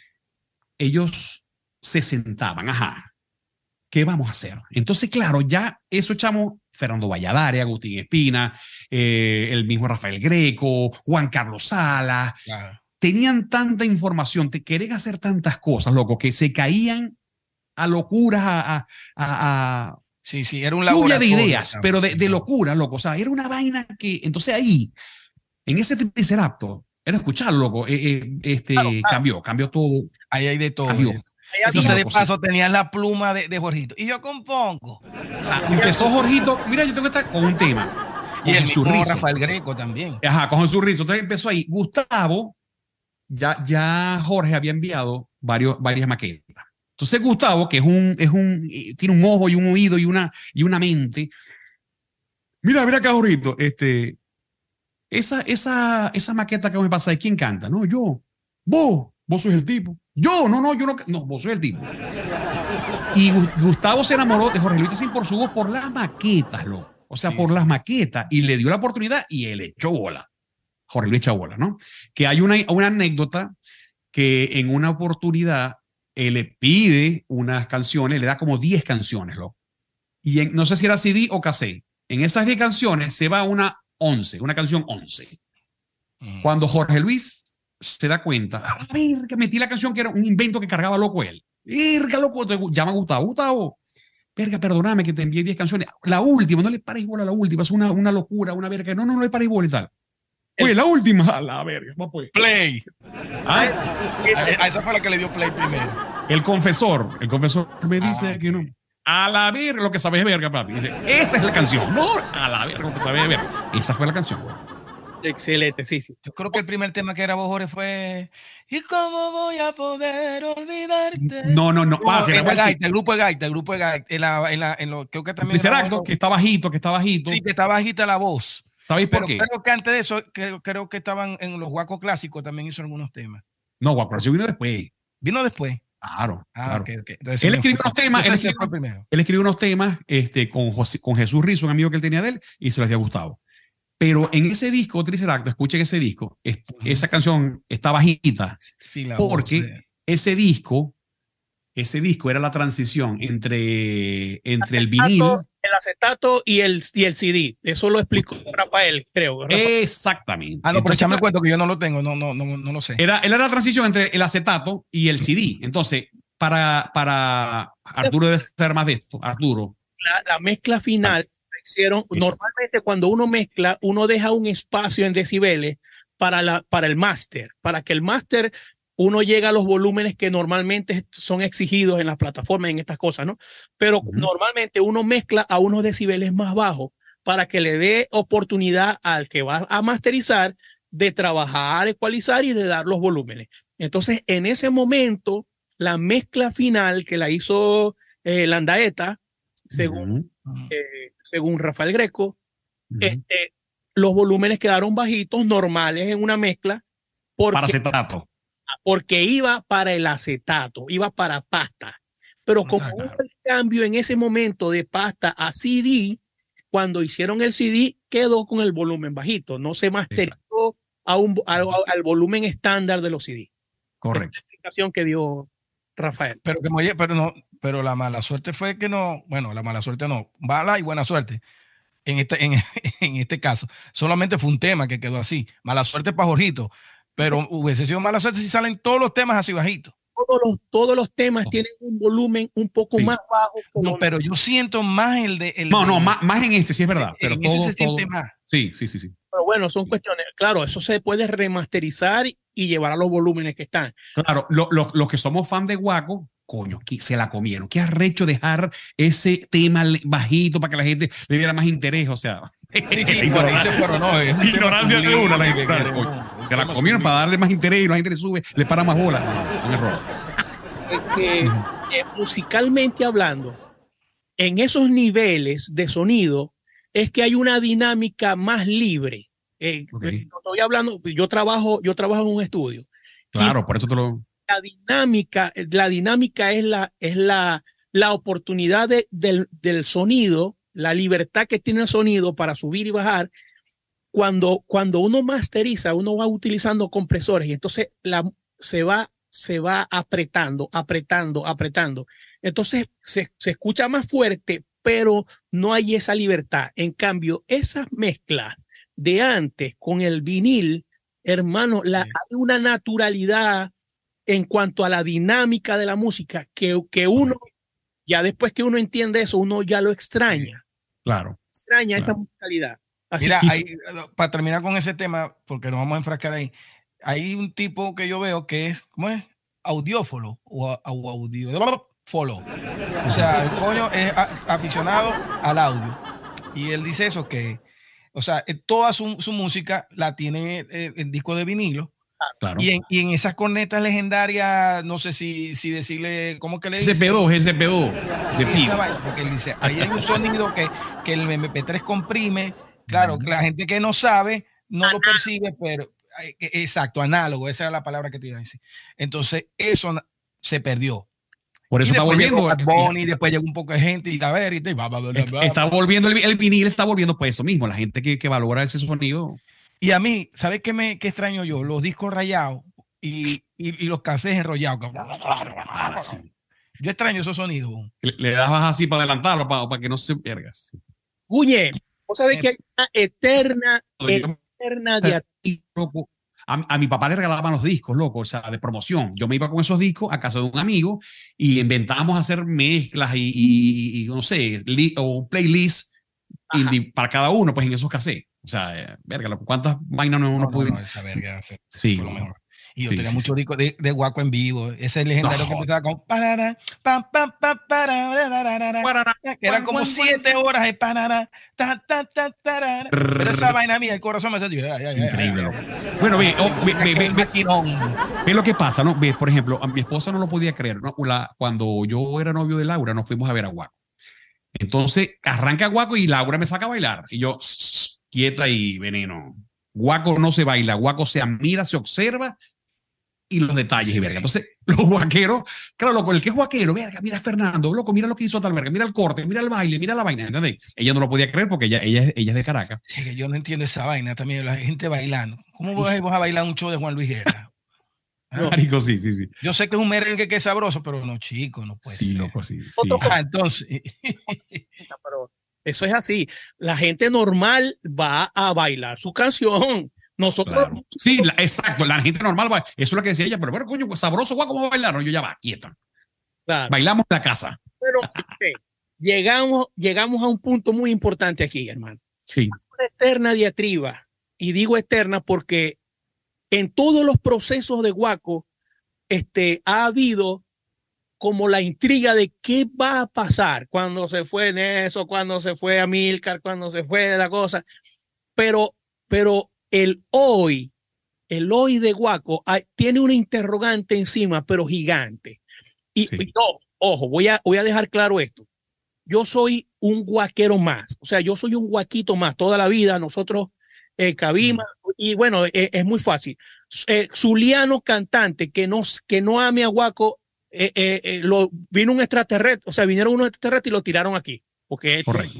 ellos se sentaban, ajá, ¿qué vamos a hacer? Entonces, claro, ya eso echamos Fernando Valladares, Agustín Espina, eh, el mismo Rafael Greco, Juan Carlos Sala. Claro. Tenían tanta información, te querían hacer tantas cosas, loco, que se caían a locuras, a... a, a, a sí, sí, era un lluvia de ideas, pero de, de locura, loco. O sea, era una vaina que, entonces ahí, en ese Triceratops, era escuchar, loco, eh, eh, este, claro, claro. cambió, cambió todo. Ahí hay de todo. Cambió. Entonces, sí, de paso, tenían la pluma de, de Jorgito. Y yo compongo. Ah, empezó Jorgito, mira, yo tengo que estar con un tema. Y el mismo Rafael Greco también. Ajá, con Jesús Rizo. Entonces empezó ahí. Gustavo, ya, ya Jorge había enviado varios, varias maquetas. Entonces Gustavo, que es un, es un, tiene un ojo y un oído y una, y una mente. Mira, mira acá, Jorgito, este, esa, esa, esa maqueta que me pasa, ¿de quién canta? No, yo. Vos, vos sois el tipo. Yo, no, no, yo no, no, vos sois el tipo. Y Gustavo se enamoró de Jorge Luis Chacín por su voz, por las maquetas, loco. O sea, sí, por sí. las maquetas. Y le dio la oportunidad y él echó bola. Jorge Luis echó bola, ¿no? Que hay una, una anécdota que en una oportunidad él le pide unas canciones, le da como diez canciones, loco. Y en, no sé si era C D o cassette. En esas diez canciones se va una once, una canción once. Mm. Cuando Jorge Luis se da cuenta, a ver, que metí la canción que era un invento que cargaba loco él. Verga, loco, te llama a Gustavo. Gustavo, verga, perdóname que te envié diez canciones. La última, no le pares bola a la última, es una, una locura, una verga. No, no, no le pares bola y tal. Oye, la última, a la verga, va pues. Play. ¿Ah? A esa fue la que le dio play primero. El confesor, el confesor me dice ah, que no. A la verga, lo que sabes de verga, papi. Dice, esa es la canción. No, a la verga, lo que sabes de verga. Esa fue la canción. Excelente, sí, sí. Yo creo que el primer tema que grabó Jorge fue ¿y cómo voy a poder olvidarte? No, no, no. no ah, el, Gaita, el grupo de Gaita, el grupo de Gaita. En la, en la, en lo, creo que también. Triceratops, que está bajito, que está bajito. Sí, que está bajita la voz. ¿Sabéis por Pero qué? Creo que antes de eso, creo, creo que estaban en los Guacos Clásicos, también hizo algunos temas. No, Guaco Clásico vino después. ¿Vino después? Claro. Ah, claro. Okay, okay. Él escribió unos temas, él escribió, primero. él escribió unos temas este, con, José, con Jesús Rizo, un amigo que él tenía de él, y se los había gustado. Pero en ese disco, Triceratops, escuchen ese disco, es, uh-huh. esa canción está bajita, sí, la porque voz, sí. ese disco, ese disco era la transición entre, entre el vinil. El acetato y el, y el C D. Eso lo explicó Rafael, creo. Rafael. Exactamente. Ah, no, pero ya me cuento que yo no lo tengo, no, no, no, no lo sé. Era, era la transición entre el acetato y el C D. Entonces, para, para Arturo debe saber más de esto. Arturo. La, la mezcla final hicieron. Eso. Normalmente cuando uno mezcla, uno deja un espacio en decibeles para, la, para el máster, para que el máster uno llega a los volúmenes que normalmente son exigidos en las plataformas, en estas cosas, ¿no? Pero uh-huh. normalmente uno mezcla a unos decibeles más bajos para que le dé oportunidad al que va a masterizar de trabajar, ecualizar y de dar los volúmenes. Entonces, en ese momento, la mezcla final que la hizo eh, Landaeta, según, uh-huh. eh, según Rafael Greco, uh-huh. este, los volúmenes quedaron bajitos, normales en una mezcla. Porque, para acetato. Porque iba para el acetato, iba para pasta. Pero como hubo el cambio en ese momento de pasta a C D, cuando hicieron el C D, quedó con el volumen bajito. No se masterizó a un, a, a, al volumen estándar de los C D. Correcto. Esta es la explicación que dio Rafael. Pero, que, pero, no, pero la mala suerte fue que no, bueno, la mala suerte no, mala y buena suerte. En este, en, en este caso, solamente fue un tema que quedó así. Mala suerte para Jorgito. Pero sí. hubiese sido mala suerte si salen todos los temas así bajitos. Todos los, todos los temas oh. tienen un volumen un poco sí. más bajo. No, pero yo siento más el de... El no, de, no, más, más en ese, sí es verdad. Sí, pero en todo, ese se siente todo, más. Sí, sí, sí, sí. Pero bueno, son cuestiones. Claro, eso se puede remasterizar y llevar a los volúmenes que están. Claro, los lo, lo que somos fan de Guaco, coño, que se la comieron. Qué arrecho dejar ese tema bajito para que la gente le diera más interés. O sea, sí, sí, ignorancia, pero no, es un ignorancia de una. La gente, que oye, se la comieron para darle más interés y la gente le sube, le para más bola. No, es un error. Es que eh, musicalmente hablando, en esos niveles de sonido, es que hay una dinámica más libre. Eh, okay. Estoy hablando, yo trabajo, yo trabajo en un estudio. Claro, por eso te lo. La dinámica, la dinámica es la, es la, la oportunidad de, del, del sonido, la libertad que tiene el sonido para subir y bajar. Cuando, cuando uno masteriza, uno va utilizando compresores y entonces la, se va, se va apretando, apretando, apretando. Entonces se, se escucha más fuerte, pero no hay esa libertad. En cambio, esas mezclas de antes con el vinil, hermano, la, sí. hay una naturalidad en cuanto a la dinámica de la música que, que uno, ya después que uno entiende eso, uno ya lo extraña. Claro. Extraña claro. esa musicalidad. Así Mira, hay, para terminar con ese tema, porque nos vamos a enfrascar ahí, hay un tipo que yo veo que es, ¿cómo es? Audiófolo o, o audiófolo. O sea, el coño es aficionado al audio. Y él dice eso, que, o sea, toda su, su música la tiene en disco de vinilo. Claro. Y, en, y en esas cornetas legendarias, no sé si, si decirle, ¿cómo que le dice? S P dos, S P dos. Sí, esa vaina, porque él dice, ahí hay un sonido que, que el M P tres comprime. Claro, la gente que no sabe no lo percibe, pero exacto, análogo, esa es la palabra que te iba a decir. Entonces, eso se perdió. Por eso está volviendo. Bonnie, después llegó un poco de gente y a ver, y te, va, va, va, va, está volviendo el, el vinil, está volviendo pues eso mismo, la gente que, que valora ese sonido. Y a mí, ¿sabes qué me qué extraño yo? Los discos rayados y, y, y los cassettes enrollados. Sí. Yo extraño esos sonidos. Le, le dabas así para adelantarlo, para, para que no se pierdas. Guñe, vos sabés que hay una eterna, eterna diatriba. A, a mi papá le regalaban los discos, loco, o sea, de promoción. Yo me iba con esos discos a casa de un amigo y inventábamos hacer mezclas y, y, y no sé, li, o un playlist indie para cada uno, pues en esos cassettes. O sea, eh, verga, loco, ¿cuántas vainas no uno no, puede? No, no, esa verga, esa, sí. Fue lo mejor. Y yo sí, tenía sí, muchos sí. discos de, de Guaco en vivo. Ese legendario no. que empezaba con parara, pam, pam, pam, parara, que eran como siete horas de parara, ta, ta, ta, tarara. Pero esa vaina mía, el corazón me hace increíble. Bueno, ve, oh, ve, ve, ve, ve, ve lo que pasa, ¿no? Ve, por ejemplo, a mi esposa no lo podía creer, ¿no? La, cuando yo era novio de Laura, nos fuimos a ver a Guaco. Entonces arranca Guaco y Laura me saca a bailar. Y yo, quieta y veneno. Guaco no se baila, Guaco se admira, se observa y los detalles sí, y verga. Entonces, los guaqueros, claro, loco, el que es guaquero, verga, mira a Fernando, loco, mira lo que hizo tal verga, mira el corte, mira el baile, mira la vaina, ¿entendés? Ella no lo podía creer porque ella, ella, ella es de Caracas. Sí, que yo no entiendo esa vaina también, la gente bailando. ¿Cómo vas a bailar un show de Juan Luis Guerra? No, marico, sí, sí, sí. Yo sé que es un merengue que es sabroso, pero no, chico, no puede sí, ser. Loco, sí, sí. Ah, entonces. Pero eso es así. La gente normal va a bailar su canción. Nosotros. Claro. Sí, la, exacto. La gente normal va. Eso es lo que decía ella, pero bueno, coño, sabroso, guau, ¿cómo bailaron? Yo ya va, quieta. Claro. Bailamos la casa. Pero okay, llegamos, llegamos a un punto muy importante aquí, hermano. Sí. Una eterna diatriba. Y digo eterna porque en todos los procesos de Guaco este, ha habido como la intriga de qué va a pasar cuando se fue en eso, cuando se fue a Amílcar, cuando se fue de la cosa. Pero, pero el hoy, el hoy de Guaco hay, tiene una interrogante encima, pero gigante. Y, sí. y no, ojo, voy a, voy a dejar claro esto. Yo soy un guaquero más, o sea, yo soy un guaquito más toda la vida. Nosotros eh, Cabima, mm. y bueno, eh, es muy fácil. Eh, Zuliano cantante que no, que no ame a Guaco, eh, eh, eh, lo, vino un extraterrestre, o sea, vinieron unos extraterrestres y lo tiraron aquí. Porque correcto.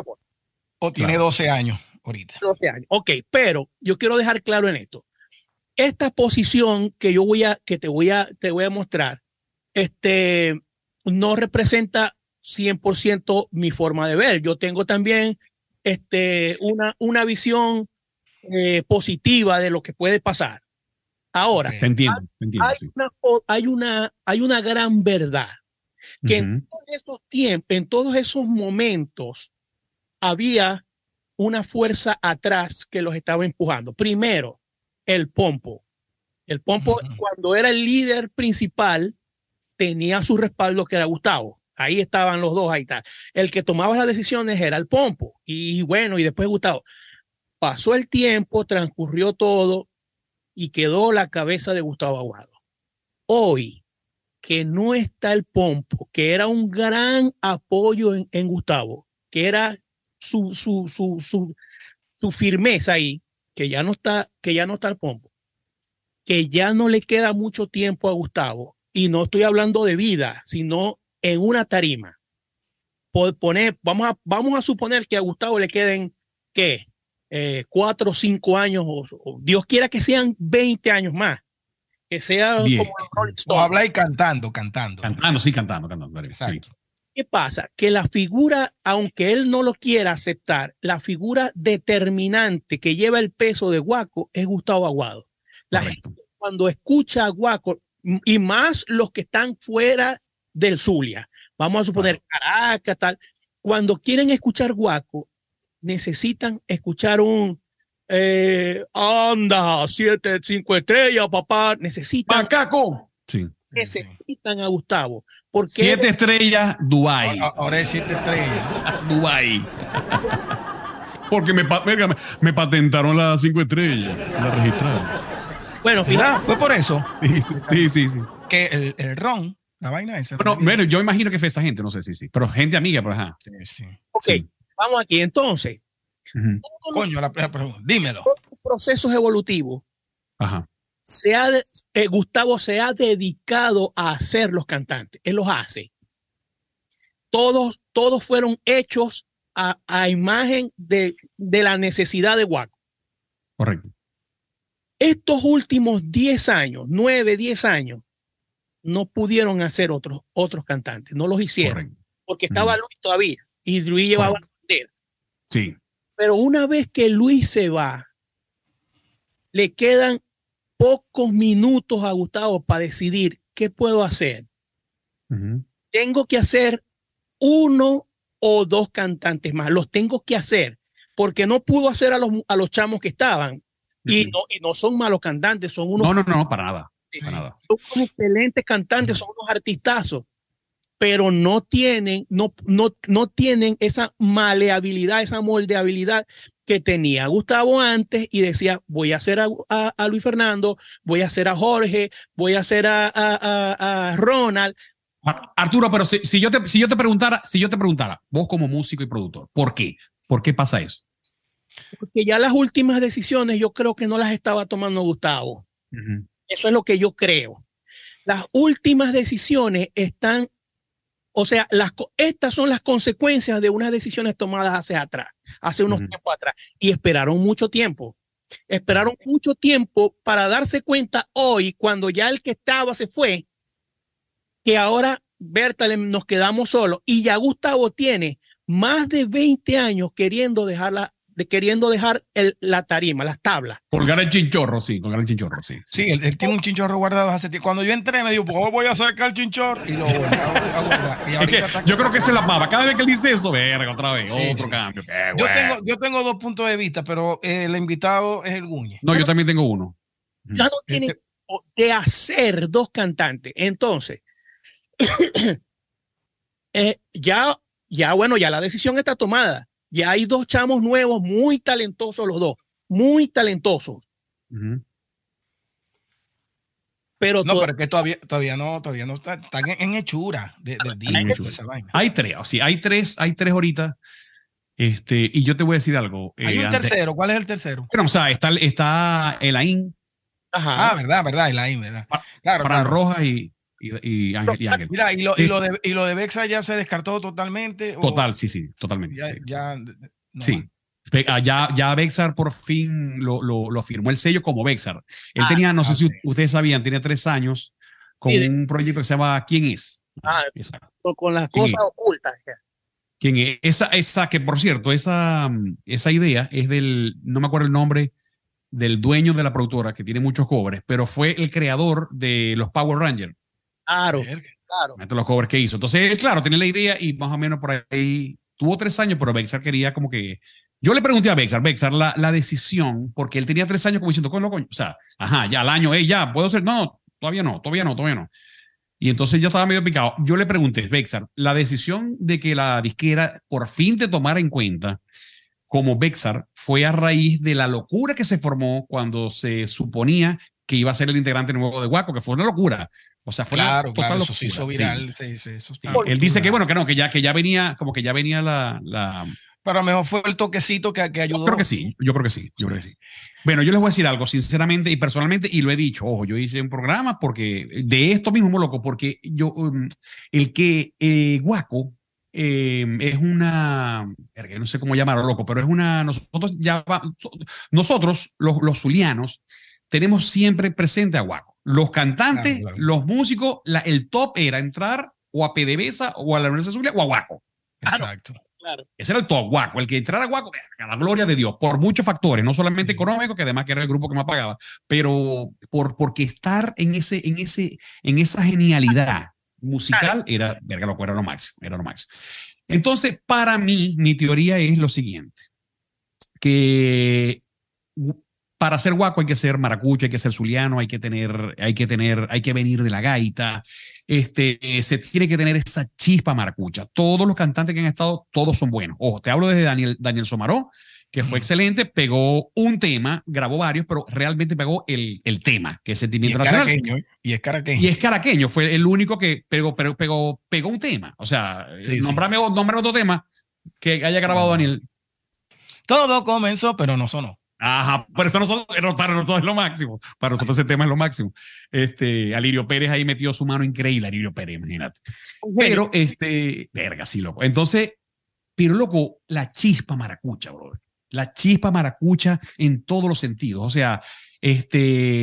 O tiene claro. doce años ahorita. doce años. Ok, pero yo quiero dejar claro en esto. Esta posición que yo voy a, que te voy a, te voy a mostrar, este, no representa cien por ciento mi forma de ver. Yo tengo también este, una, una visión eh, positiva de lo que puede pasar. Ahora, te entiendo, te entiendo, hay, sí. una, hay, una, hay una gran verdad que uh-huh. en todos esos tiempos, en todos esos momentos, había una fuerza atrás que los estaba empujando. Primero, el Pompo. El Pompo, uh-huh. cuando era el líder principal, tenía su respaldo, que era Gustavo. Ahí estaban los dos, ahí está. El que tomaba las decisiones era el Pompo. Y bueno, y después Gustavo. Pasó el tiempo, transcurrió todo y quedó la cabeza de Gustavo Aguado. Hoy, que no está el Pompo, que era un gran apoyo en, en Gustavo, que era su, su, su, su, su firmeza ahí, que ya no está, que ya no está el Pompo, que ya no le queda mucho tiempo a Gustavo, y no estoy hablando de vida, sino en una tarima. Por poner, vamos, a, vamos a suponer que a Gustavo le queden, ¿qué? Eh, cuatro o cinco años, o, o Dios quiera que sean veinte años más. Que sea Bien. como los Rolling Stones. O habla y cantando, cantando. Cantando, sí, cantando, cantando. Sí. ¿Qué pasa? Que la figura, aunque él no lo quiera aceptar, la figura determinante que lleva el peso de Guaco es Gustavo Aguado. La Correcto. gente cuando escucha a Guaco, y más los que están fuera del Zulia, vamos a suponer Caracas, tal, cuando quieren escuchar Guaco, necesitan escuchar un eh, anda, siete, cinco estrellas, papá, necesitan, Macaco. Sí. necesitan a Gustavo. Porque Siete estrellas, Dubái. Ahora, ahora es siete estrellas. Dubái. Porque me, pa- verga, me, me patentaron las cinco estrellas, la registraron. Bueno, fíjate, Fue por eso Sí, sí, sí, sí, sí. que el, el ron, la vaina esa. Bueno, bueno, yo imagino que fue esa gente, no sé si sí, sí. Pero gente amiga, pues ajá. Sí, sí. ok, Sí. vamos aquí entonces. Ujú. Coño, la, la pregunta. Dímelo. Los procesos evolutivos, Ajá. se ha de- eh, Gustavo se ha dedicado a hacer los cantantes. Él los hace. Todos, todos fueron hechos a, a imagen de, de la necesidad de Guaco. Correcto. Estos últimos diez años, nueve, diez años, no pudieron hacer otros, otros cantantes. No los hicieron. Correcto. Porque estaba Ujú. Luis todavía. Y Luis llevaba Correcto. la bandera. Sí. Pero una vez que Luis se va, le quedan pocos minutos a Gustavo para decidir qué puedo hacer. Ujú. Tengo que hacer uno o dos cantantes más. Los tengo que hacer porque no pudo hacer a los, a los chamos que estaban. Y Ujú. no, y no son malos cantantes, son unos, No, no, no, para nada. Para nada. son unos excelentes cantantes, son unos artistazos, pero no tienen, no, no, no tienen esa maleabilidad, esa moldeabilidad que tenía Gustavo antes y decía, voy a hacer a, a, a Luis Fernando, voy a hacer a Jorge, voy a hacer a, a, a, a Ronald. Ar- Arturo, pero si, si yo te, si yo te preguntara, si yo te preguntara, vos como músico y productor, ¿por qué? ¿Por qué pasa eso? Porque ya las últimas decisiones yo creo que no las estaba tomando Gustavo. Ujú. Eso es lo que yo creo. Las últimas decisiones están, o sea, las, estas son las consecuencias de unas decisiones tomadas hacia atrás, hace unos Ujú. tiempos atrás, y esperaron mucho tiempo. Esperaron mucho tiempo para darse cuenta hoy, cuando ya el que estaba se fue, que ahora, Berta, nos quedamos solos, y ya Gustavo tiene más de veinte años queriendo dejarla, de, queriendo dejar el, la tarima, las tablas. Colgar el chinchorro, sí, colgar el chinchorro, sí. Sí, él, él tiene un chinchorro guardado hace tiempo. Cuando yo entré me dijo, pues voy a sacar el chinchorro y lo volví a guardar. Y Es ahorita que está- yo creo que eso es la pava. Cada vez que él dice eso, verga, otra vez, Sí, otro sí. cambio. Qué yo, bueno. tengo, yo tengo dos puntos de vista, pero eh, el invitado es el Guñe. No, yo también tengo uno. Ya no tienen Este- de hacer dos cantantes. Entonces, eh, ya, ya, bueno, ya la decisión está tomada. Ya hay dos chamos nuevos, muy talentosos los dos, muy talentosos. Ujú. Pero, No, to- pero es que todavía, todavía no, todavía no está, están en, en hechura de- del disco, hechura. toda esa vaina. Hay tres, o sí, hay tres, hay tres ahorita. Este, y yo te voy a decir algo. Hay eh, un antes- tercero, ¿cuál es el tercero? Bueno, o sea, está, está Elaín, ajá. Ah, verdad, verdad, Elaine, verdad. Claro, Fran claro. Rojas y, y, y Ángel. Y Ángel. Mira, y lo, Sí. y, lo de, y lo de Bexa ya se descartó totalmente. o Total, sí, sí, totalmente. Ya, sí. ya, no Sí. más. Be- ah, Ya, ya Bexar por fin lo, lo, lo firmó el sello como Bexar. Él Ah, tenía, no sé ah, si ok. ustedes sabían, tenía tres años con Sí, de- un proyecto que se llama ¿Quién es? Ah, Exacto. con las ¿Quién cosas es? ocultas. ¿Quién es? Esa, esa, que por cierto, esa, mm, esa idea es del, no me acuerdo el nombre, del dueño de la productora, que tiene muchos covers, pero fue el creador de los Power Rangers, Claro, Verga. claro. de los covers que hizo. Entonces, él, claro, tenía la idea y más o menos por ahí, tuvo tres años, pero Bexar quería como que, yo le pregunté a Bexar, Bexar, la, la decisión, porque él tenía tres años como diciendo, coño, coño, o sea, ajá, ya al año, hey, ya, puedo ser, no, todavía no, todavía no, todavía no. Y entonces yo estaba medio picado. Yo le pregunté, Bexar, la decisión de que la disquera por fin te tomara en cuenta como Bexar fue a raíz de la locura que se formó cuando se suponía que iba a ser el integrante nuevo de Guaco, que fue una locura. O sea, fue claro, una total claro, locura. eso se hizo viral. Sí. Sí, sí, eso Sí. Él dice que bueno, que no, que ya, que ya venía, como que ya venía la... la Pero a lo mejor fue el toquecito que, que ayudó. Yo creo que sí, yo creo que sí, yo sí. creo que sí. Bueno, yo les voy a decir algo, sinceramente y personalmente, y lo he dicho, ojo, yo hice un programa porque, de esto mismo, loco, porque yo, um, el que eh, Guaco eh, es una, no sé cómo llamarlo, loco, pero es una, nosotros ya, va, nosotros, los, los zulianos, tenemos siempre presente a Guaco. Los cantantes, claro, claro. los músicos, la, el top era entrar o a PDVSA o a la Universidad de Zulia o a Guaco. Exacto. Claro. Ese era el top, Guaco. El que entrara a Guaco, a la gloria de Dios, por muchos factores, no solamente sí. económicos, que además que era el grupo que más pagaba, pero por, porque estar en, ese, en, ese, en esa genialidad musical era, verga, loco, era lo máximo, era lo máximo. Entonces, para mí, mi teoría es lo siguiente, que para ser Guaco hay que ser maracucho, hay que ser zuliano, hay que tener, hay que tener, hay que venir de la gaita, este, eh, se tiene que tener esa chispa maracucha. Todos los cantantes que han estado, todos son buenos. Ojo, te hablo desde Daniel, Daniel Somaró, que fue mm. excelente, pegó un tema, grabó varios, pero realmente pegó el, el tema, que es Sentimiento y es Nacional. Caraqueño, y es caraqueño. Y es caraqueño, fue el único que pegó, pegó, pegó, pegó un tema. O sea, sí, nombrame, sí. nombrame otro tema que haya grabado no. Daniel. Todo comenzó, pero no sonó. Ajá, por eso nosotros, para nosotros es lo máximo. Para nosotros ese tema es lo máximo. Este, Alirio Pérez ahí metió su mano increíble, Alirio Pérez, imagínate. Pero, este, verga, sí, loco. Entonces, pero loco, la chispa maracucha, brother. La chispa maracucha en todos los sentidos. O sea, este,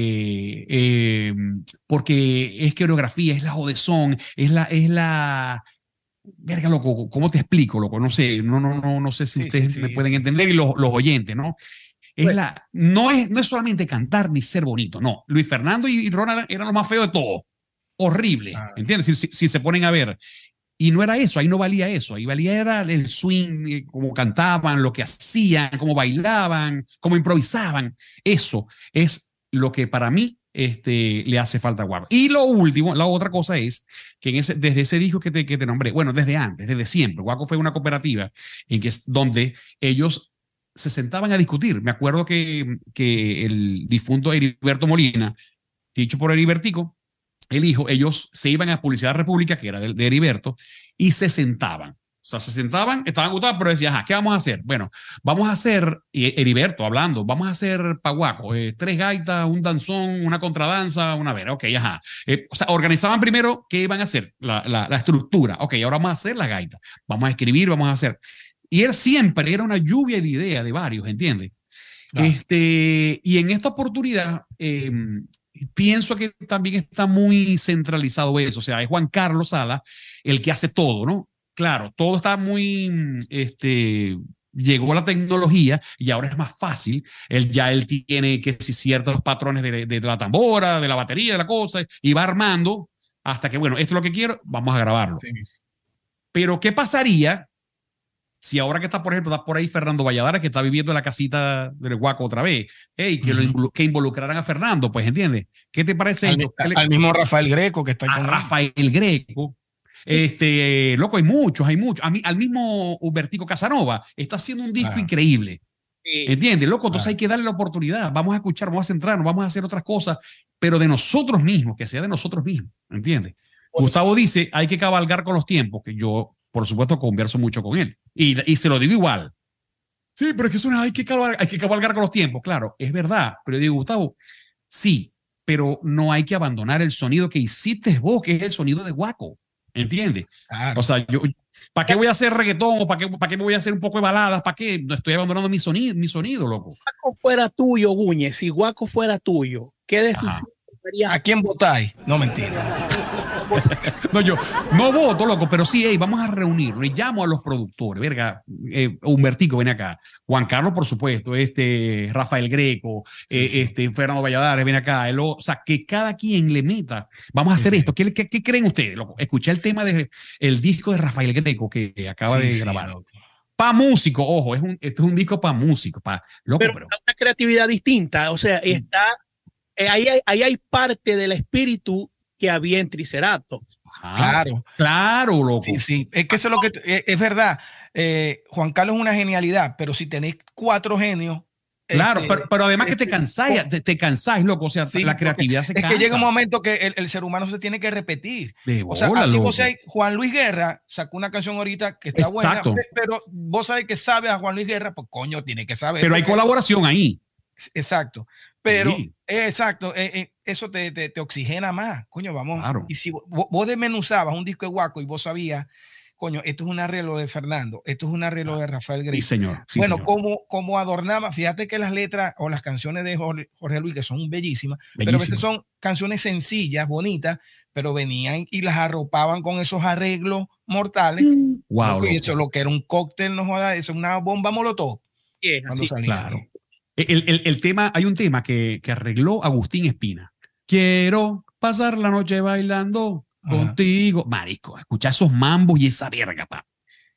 eh, porque es coreografía, es la jodezón, es la, es la, verga, loco, ¿cómo te explico, loco? No sé, no, no, no, no sé si sí, ustedes sí, me sí, pueden sí. entender y los, los oyentes, ¿no? Es pues, la, no, es, no es solamente cantar ni ser bonito, no. Luis Fernando y, y Ronald eran lo más feo de todo. Horrible, ah. ¿entiendes? Si, si, si se ponen a ver. Y no era eso, ahí no valía eso. Ahí valía era el swing, cómo cantaban, lo que hacían, cómo bailaban, cómo improvisaban. Eso es lo que para mí este, le hace falta a Guaco. Y lo último, la otra cosa es que en ese, desde ese disco que te, que te nombré, bueno, desde antes, desde siempre, Guaco fue una cooperativa en que, donde ellos se sentaban a discutir. Me acuerdo que, que el difunto Heriberto Molina, dicho por Heribertico, el hijo, ellos se iban a Publicidad República, que era de, de Heriberto, y se sentaban. O sea, se sentaban, estaban gustados, pero decían, ajá, ¿qué vamos a hacer? Bueno, vamos a hacer, y Heriberto hablando, vamos a hacer paguaco, eh, tres gaitas, un danzón, una contradanza, una vera, ok, ajá. Eh, o sea, organizaban primero qué iban a hacer, la, la, la estructura. Ok, ahora vamos a hacer la gaita, vamos a escribir, vamos a hacer... Y él siempre era una lluvia de ideas de varios, ¿entiendes? Ah. Este, y en esta oportunidad, eh, pienso que también está muy centralizado eso. O sea, es Juan Carlos Sala el que hace todo, ¿no? Claro, todo está muy, este, llegó la tecnología y ahora es más fácil. Él ya él tiene que si ciertos patrones de, de la tambora, de la batería, de la cosa, y va armando hasta que, bueno, esto es lo que quiero, vamos a grabarlo. Sí. Pero, ¿qué pasaría si ahora que está, por ejemplo, está por ahí Fernando Valladares, que está viviendo en la casita del Guaco otra vez, hey, que, uh-huh. lo involu- que involucraran a Fernando, pues, ¿entiendes? ¿Qué te parece? Al, esto? al, le- al mismo Rafael Greco que está a con Rafael él. Greco. Este, loco, hay muchos, hay muchos. A mí, al mismo Hubertico Casanova está haciendo un disco ah. increíble. Sí. ¿Entiendes? Loco, entonces ah. hay que darle la oportunidad. Vamos a escuchar, vamos a centrarnos, vamos a hacer otras cosas, pero de nosotros mismos, que sea de nosotros mismos, ¿entiendes? Bueno. Gustavo dice, hay que cabalgar con los tiempos, que yo, por supuesto, converso mucho con él. Y, y se lo digo igual. Sí, pero es que suena, hay que, cabalgar, hay que cabalgar con los tiempos. Claro, es verdad. Pero yo digo, Gustavo, sí, pero no hay que abandonar el sonido que hiciste vos, que es el sonido de Guaco. ¿Entiendes? Claro. O sea, yo, ¿para qué voy a hacer reggaetón? ¿O para qué, para qué me voy a hacer un poco de baladas? ¿Para qué? No estoy abandonando mi sonido, mi sonido, loco. Si Guaco fuera tuyo, Guñez, si Guaco fuera tuyo, ¿qué decisión? ¿A quién votáis? No, mentira. No, yo no voto, loco, pero sí, hey, vamos a reunirnos y llamo a los productores, verga, eh, Humbertico, ven acá, Juan Carlos, por supuesto, este, Rafael Greco, sí, eh, sí. este, Fernando Valladares, ven acá, el, o sea, que cada quien le meta, vamos a hacer sí, esto, ¿Qué, qué, ¿qué creen ustedes, loco? Escuché el tema del de, disco de Rafael Greco que acaba sí, de grabar. Sí, para músico, ojo, es un, esto es un disco para músico, para loco, pero, pero una creatividad distinta, o sea, está, eh, ahí, hay, ahí hay parte del espíritu que había en Triceratops. Ajá. Claro, claro, loco. Sí, sí. Es que eso es lo que es, es verdad. Eh, Juan Carlos es una genialidad, pero si tenéis cuatro genios. Claro, este, pero, pero además este, que te cansáis, te, te cansáis, loco. O sea, sí, la creatividad se es cansa. Es que llega un momento que el, el ser humano se tiene que repetir. De o sea, bola, así loco. vos sabés, Juan Luis Guerra sacó una canción ahorita que está Exacto. buena, pero vos sabés que sabe a Juan Luis Guerra, pues coño, tiene que saber. Pero hay colaboración ahí. Exacto. Pero, sí. eh, exacto, eh, eh, eso te, te, te oxigena más. Coño, vamos. Claro. Y si vos, vos desmenuzabas un disco de Guaco y vos sabías, coño, esto es un arreglo de Fernando, esto es un arreglo de Rafael Gris. Sí, señor. Sí, bueno, señor. como, como adornaba, fíjate que las letras o las canciones de Jorge, Jorge Luis, que son bellísimas, Bellísimo. pero a veces son canciones sencillas, bonitas, pero venían y las arropaban con esos arreglos mortales. Wow, ¿no? Y eso lo que era un cóctel, no joda, eso es una bomba molotov. Sí, cuando salía. Claro. El, el, el tema, hay un tema que, que arregló Agustín Espina. Quiero pasar la noche bailando Ajá. contigo. Marico, escuchar esos mambos y esa verga, pa.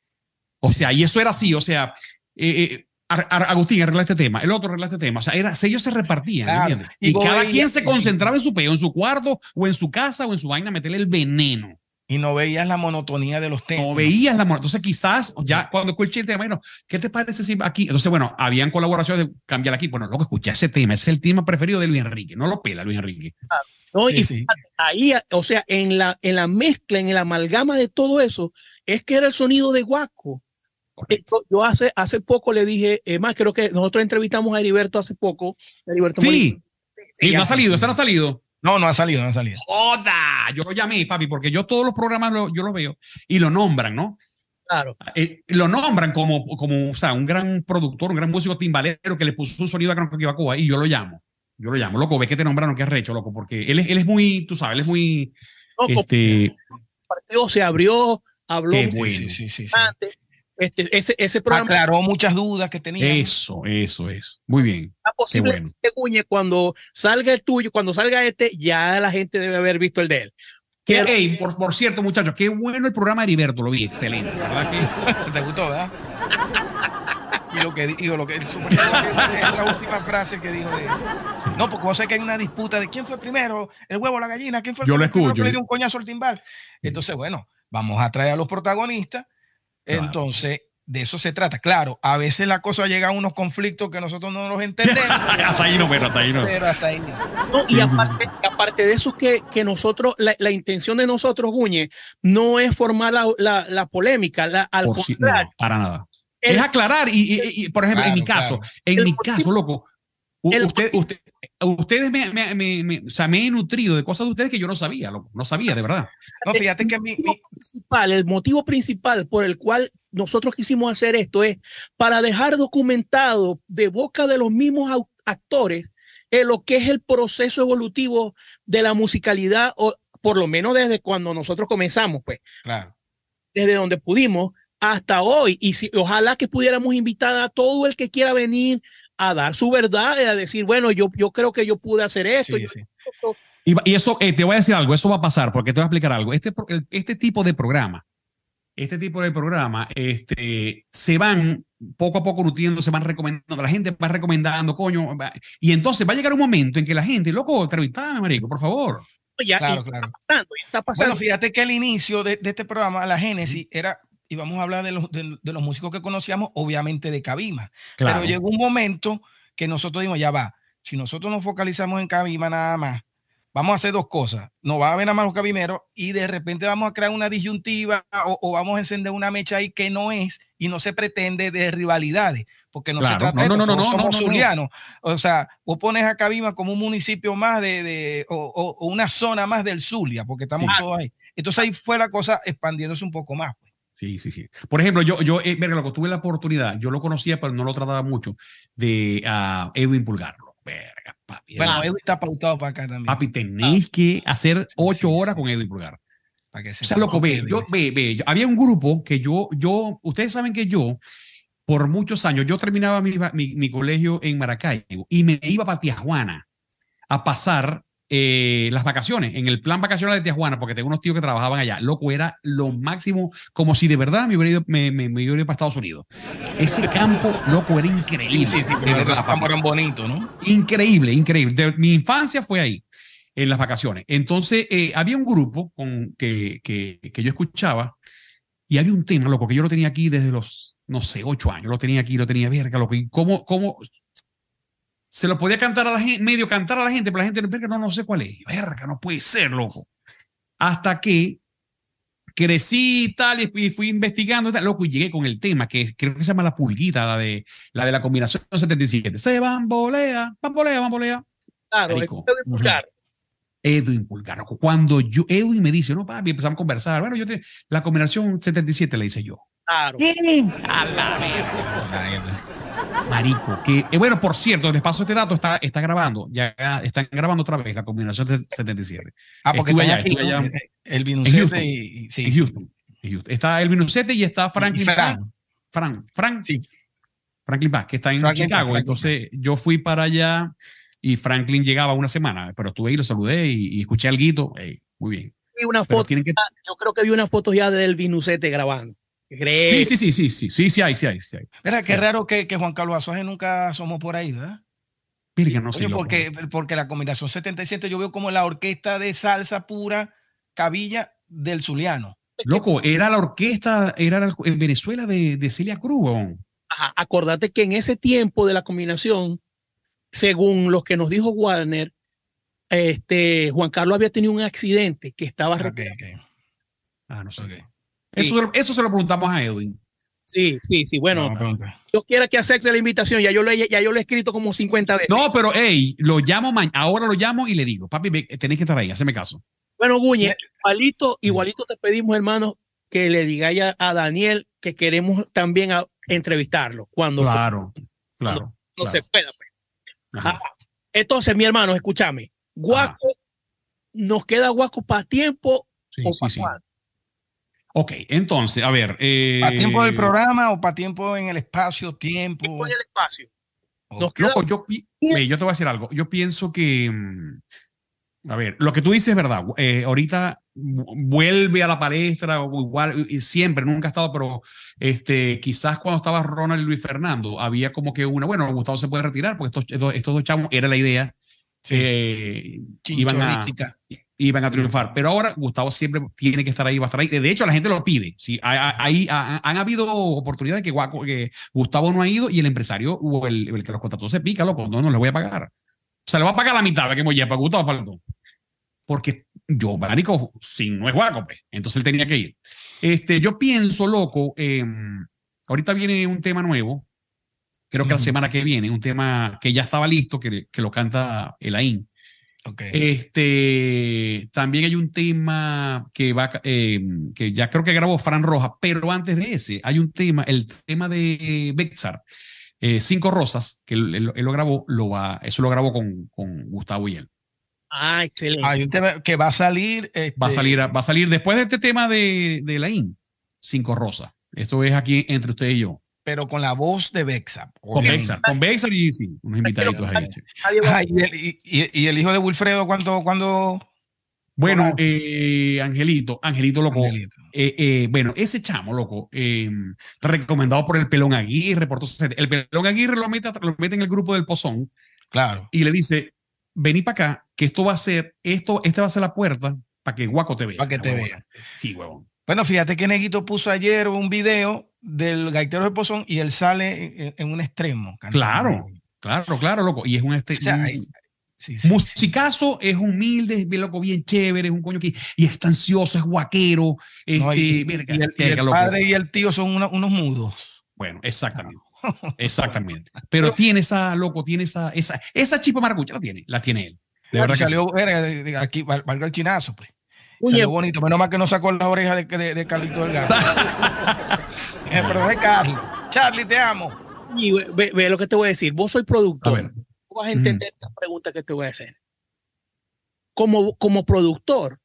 O sea, y eso era así, o sea, eh, eh, Agustín arregla este tema, el otro arregla este tema, o sea, era, ellos se repartían, claro. ¿Entiendes? Y, y cada veías, quien se concentraba en su peo, en su cuarto, o en su casa, o en su vaina, a meterle el veneno. Y no veías la monotonía de los temas. No veías la monotonía. Entonces, quizás, ya cuando escuché el tema, bueno, ¿qué te parece si aquí? Entonces, bueno, habían colaboraciones de cambiar aquí. Bueno, luego escuché ese tema, ese es el tema preferido de Luis Enrique. No lo pela Luis Enrique. Ah, no, sí, y sí. ahí, o sea, en la, en la mezcla, en el amalgama de todo eso, es que era el sonido de Guaco. Esto, yo hace, hace poco le dije, eh, más creo que nosotros entrevistamos a Heriberto hace poco. Heriberto sí, sí, y no ha salido, ese no ha salido. No, no ha salido, no ha salido. ¡Joda! Yo lo llamé, papi, porque yo todos los programas lo, yo los veo y lo nombran, ¿no? Claro. Eh, lo nombran como, como, o sea, un gran productor, un gran músico timbalero que le puso un sonido a Gran Coquibacoa y yo lo llamo. Yo lo llamo, loco, ve que te nombraron, que es recho, loco, porque él es, él es muy, tú sabes, él es muy. Loco, este, el partido se abrió, habló. Qué bueno. Sí, sí, sí, sí. Este, ese, ese programa aclaró muchas dudas que tenía. Eso, eso, eso. Muy bien. Es posible bueno. que Cuñe, cuando salga el tuyo, cuando salga este, ya la gente debe haber visto el de él. Que, hey, por, por cierto, muchachos, qué bueno el programa de Heriberto, lo vi, excelente. ¿Verdad que? ¿Te gustó, verdad? Y lo que digo, lo que es la última frase que dijo de sí. No, porque vos sabés que hay una disputa de quién fue primero, el huevo o la gallina, quién fue el yo lo escucho, que le dio un coñazo al timbal. Entonces, bueno, vamos a traer a los protagonistas. Claro. Entonces, de eso se trata. Claro, a veces la cosa llega a unos conflictos que nosotros no los entendemos. hasta ahí no, pero hasta ahí no. Pero hasta ahí no. no y sí, aparte, sí, sí. aparte de eso, que, que nosotros, la, la intención de nosotros, Guñe, no es formar la, la, la polémica, la, al por contrario. Si, no, para nada. El, es aclarar. Y, y, y por ejemplo, claro, en mi caso, claro. en el mi motivo, caso, loco, usted, usted, ustedes me, me, me, me, o sea, me he nutrido de cosas de ustedes que yo no sabía, loco. No sabía, de verdad. No, fíjate que mi, mi... Principal, el motivo principal por el cual nosotros quisimos hacer esto es para dejar documentado de boca de los mismos actores eh, lo que es el proceso evolutivo de la musicalidad, o por lo menos desde cuando nosotros comenzamos, pues. Claro. Desde donde pudimos hasta hoy. Y si, ojalá que pudiéramos invitar a todo el que quiera venir a dar su verdad, a decir, bueno, yo, yo creo que yo pude hacer esto. Sí, yo, sí. esto. Y, y eso, eh, te voy a decir algo, eso va a pasar, porque te voy a explicar algo. Este, este tipo de programa, este tipo de programa, este, se van poco a poco nutriendo, se van recomendando, la gente va recomendando, coño, va, y entonces va a llegar un momento en que la gente, loco, entrevistame, marico, por favor. Ya, claro, ya claro. Está pasando, ya está pasando. Bueno, fíjate que el inicio de, de este programa, la génesis, uh-huh. era, y vamos a hablar de los, de, de los músicos que conocíamos, obviamente de Cabima, claro. Pero llegó un momento que nosotros dijimos, ya va, si nosotros nos focalizamos en Cabima nada más, vamos a hacer dos cosas, nos va a ver nada más los cabimeros y de repente vamos a crear una disyuntiva o, o vamos a encender una mecha ahí que no es y no se pretende de rivalidades, porque no claro. se trata no, de no, no, no, no, somos no, no, zulianos, no. O sea, vos pones a Cabima como un municipio más de, de o, o, o una zona más del Zulia, porque estamos sí. todos ahí. Entonces ahí fue la cosa expandiéndose un poco más. Pues. Sí, sí, sí. Por ejemplo, yo, yo eh, verga, loco, tuve la oportunidad, yo lo conocía, pero no lo trataba mucho, de uh, Edwin Pulgarlo. Verga, papi. Bueno, Edwin está pautado para acá también. Papi, tenéis ah. que hacer ocho sí, sí, horas sí. con Edwin Pulgar. Para que se o sea, loco, ve, yo, ve, ve, yo, había un grupo que yo, yo, ustedes saben que yo, por muchos años, yo terminaba mi, mi, mi colegio en Maracaibo y me iba para Tijuana a pasar eh, las vacaciones, en el plan vacacional de Tijuana, porque tengo unos tíos que trabajaban allá. Loco, era lo máximo, como si de verdad me hubiera ido, me, me, me hubiera ido para Estados Unidos. Ese campo, loco, era increíble. Sí, sí, sí, de verdad, los campos eran bonitos, ¿no? Increíble, increíble. De, mi infancia fue ahí. en las vacaciones. Entonces, eh, había un grupo con, que, que, que yo escuchaba y había un tema, loco, que yo lo tenía aquí desde los, no sé, ocho años. Lo tenía aquí, lo tenía verga, loco. Y cómo, cómo se lo podía cantar a la gente, medio cantar a la gente, pero la gente, verga, no, no sé cuál es. Verga, no puede ser, loco. Hasta que crecí y tal, y fui investigando, y tal, loco, y llegué con el tema, que creo que se llama La Pulguita, la de la, de la combinación setenta y siete. Se bambolea, bambolea, bambolea. Claro, Marico. es de Pulgar. Edwin Pulgar. Cuando yo, Edwin me dice, no, papi, empezamos a conversar. Bueno, yo te, la combinación setenta y siete le hice yo. Claro. ¿Qué? A la verga. Marico, que, eh, bueno, por cierto, les paso este dato, está, está grabando, ya están grabando otra vez la combinación setenta y siete. Ah, porque estuve allá, aquí, estuve allá. El Vinucete y, y, sí, en Houston, en Houston. Está el Vinucete y está Franklin Paz. Frank, Frank, sí. Franklin Paz, que está en Franklin Chicago. Paz, Entonces, yo fui para allá y Franklin llegaba una semana, pero estuve ahí, lo saludé y, y escuché algo. Hey, muy bien. Y una foto, que... yo creo que vi una foto ya del Vinucete grabando. Sí, sí, sí, sí, sí, sí, sí hay, sí hay, sí hay. Mira, sí qué hay. raro que, que Juan Carlos Azuaje nunca asomó por ahí, ¿verdad? Virgen, no sé. Oye, porque, porque la combinación setenta y siete yo veo como la orquesta de salsa pura cabilla del Zuliano. Loco, era la orquesta, era la, en Venezuela de, de Celia Cruz. Ajá, acordate que en ese tiempo de la combinación, según los que nos dijo Warner, este, Juan Carlos había tenido un accidente que estaba... Okay, okay. Ah, no sé. Okay. Eso, sí. eso se lo preguntamos a Edwin. Sí, sí, sí. Bueno, no, yo quiero que acepte la invitación. Ya yo lo he, ya yo lo he escrito como cincuenta veces. No, pero hey, lo llamo ahora lo llamo y le digo, papi, tenés que estar ahí, haceme caso. Bueno, Guñe, igualito, igualito te pedimos, hermano, que le digáis a, a Daniel que queremos también a, entrevistarlo. Cuando claro, cuando, claro. No claro. se pueda. Pues. Ah, entonces, mi hermano, escúchame. Guaco, Ajá. ¿nos queda Guaco para tiempo sí, o sí, para sí. cuándo? Ok, entonces, a ver. Eh, ¿Para tiempo del programa o para tiempo en el espacio, tiempo? Tiempo en el espacio. Nos queda... Loco, yo, yo te voy a decir algo. Yo pienso que, a ver, lo que tú dices es verdad. Eh, ahorita vuelve a la palestra, o igual, siempre, nunca ha estado, pero este, quizás cuando estaba Ronald y Luis Fernando, había como que una, bueno, Gustavo se puede retirar, porque estos, estos, estos dos chavos, era la idea, sí. eh, iban a... iban a triunfar, pero ahora Gustavo siempre tiene que estar ahí, va a estar ahí. De hecho, la gente lo pide. Sí, hay, hay, han, han habido oportunidades que, Guaco, que Gustavo no ha ido y el empresario o el, el que los contrató se pica, loco, no, no le voy a pagar. O sea, le va a pagar la mitad, que ya para Gustavo faltó. Porque yo, marico, si no es Guaco, pues, entonces él tenía que ir. Este, yo pienso, loco, eh, ahorita viene un tema nuevo, creo que uh-huh. la semana que viene, un tema que ya estaba listo, que, que lo canta Elaín. Okay. Este, también hay un tema que va, eh, que ya creo que grabó Fran Rojas, pero antes de ese hay un tema, el tema de Bexar, eh, Cinco Rosas, que él, él, él lo grabó, lo va, eso lo grabó con, con Gustavo y él. Ah, excelente. Hay un tema que va a salir. Este... Va a salir, va a salir después de este tema de, de Laín, Cinco Rosas. Esto es aquí entre usted y yo. Pero con la voz de Bexar. Con Bexar, con Bexar y sí, unos invitaditos ahí. Ah, y, el, y, y el hijo de Wilfredo, ¿cuándo? cuándo... Bueno, eh, Angelito, Angelito, loco. Angelito. Eh, eh, bueno, ese chamo, loco, eh, recomendado por el Pelón Aguirre, por todo, el Pelón Aguirre lo mete, lo mete en el grupo del Pozón. Claro. Y le dice, vení para acá, que esto va a ser, esto, esta va a ser la puerta para que Guaco te vea. Para que te huevón. vea. Sí, huevón. Bueno, fíjate que Neguito puso ayer un video del gaitero del Pozón y él sale en, en un extremo. Claro, claro, claro, loco. Y es un, este, o sea, un hay, sí, sí, musicazo, sí. Es humilde, es bien loco, bien chévere, es un coño que y es ansioso, es guaquero. Este, no, y, verga, y el, y el padre y el tío son una, unos mudos. Bueno, exactamente. Exactamente. Pero tiene esa, loco, tiene esa, esa, esa chipa maracucha, la tiene, la tiene él. De verdad salió, que sí. verga, aquí valga el chinazo, pues. Uy, salió bonito, menos mal que no sacó la oreja de, de, de Carlito Delgado. eh, pero de Carlos. Charlie, te amo. Y ve, ve lo que te voy a decir. Vos sois productor. A ver. Vos vas a entender mm. la pregunta que te voy a hacer. Como, como productor,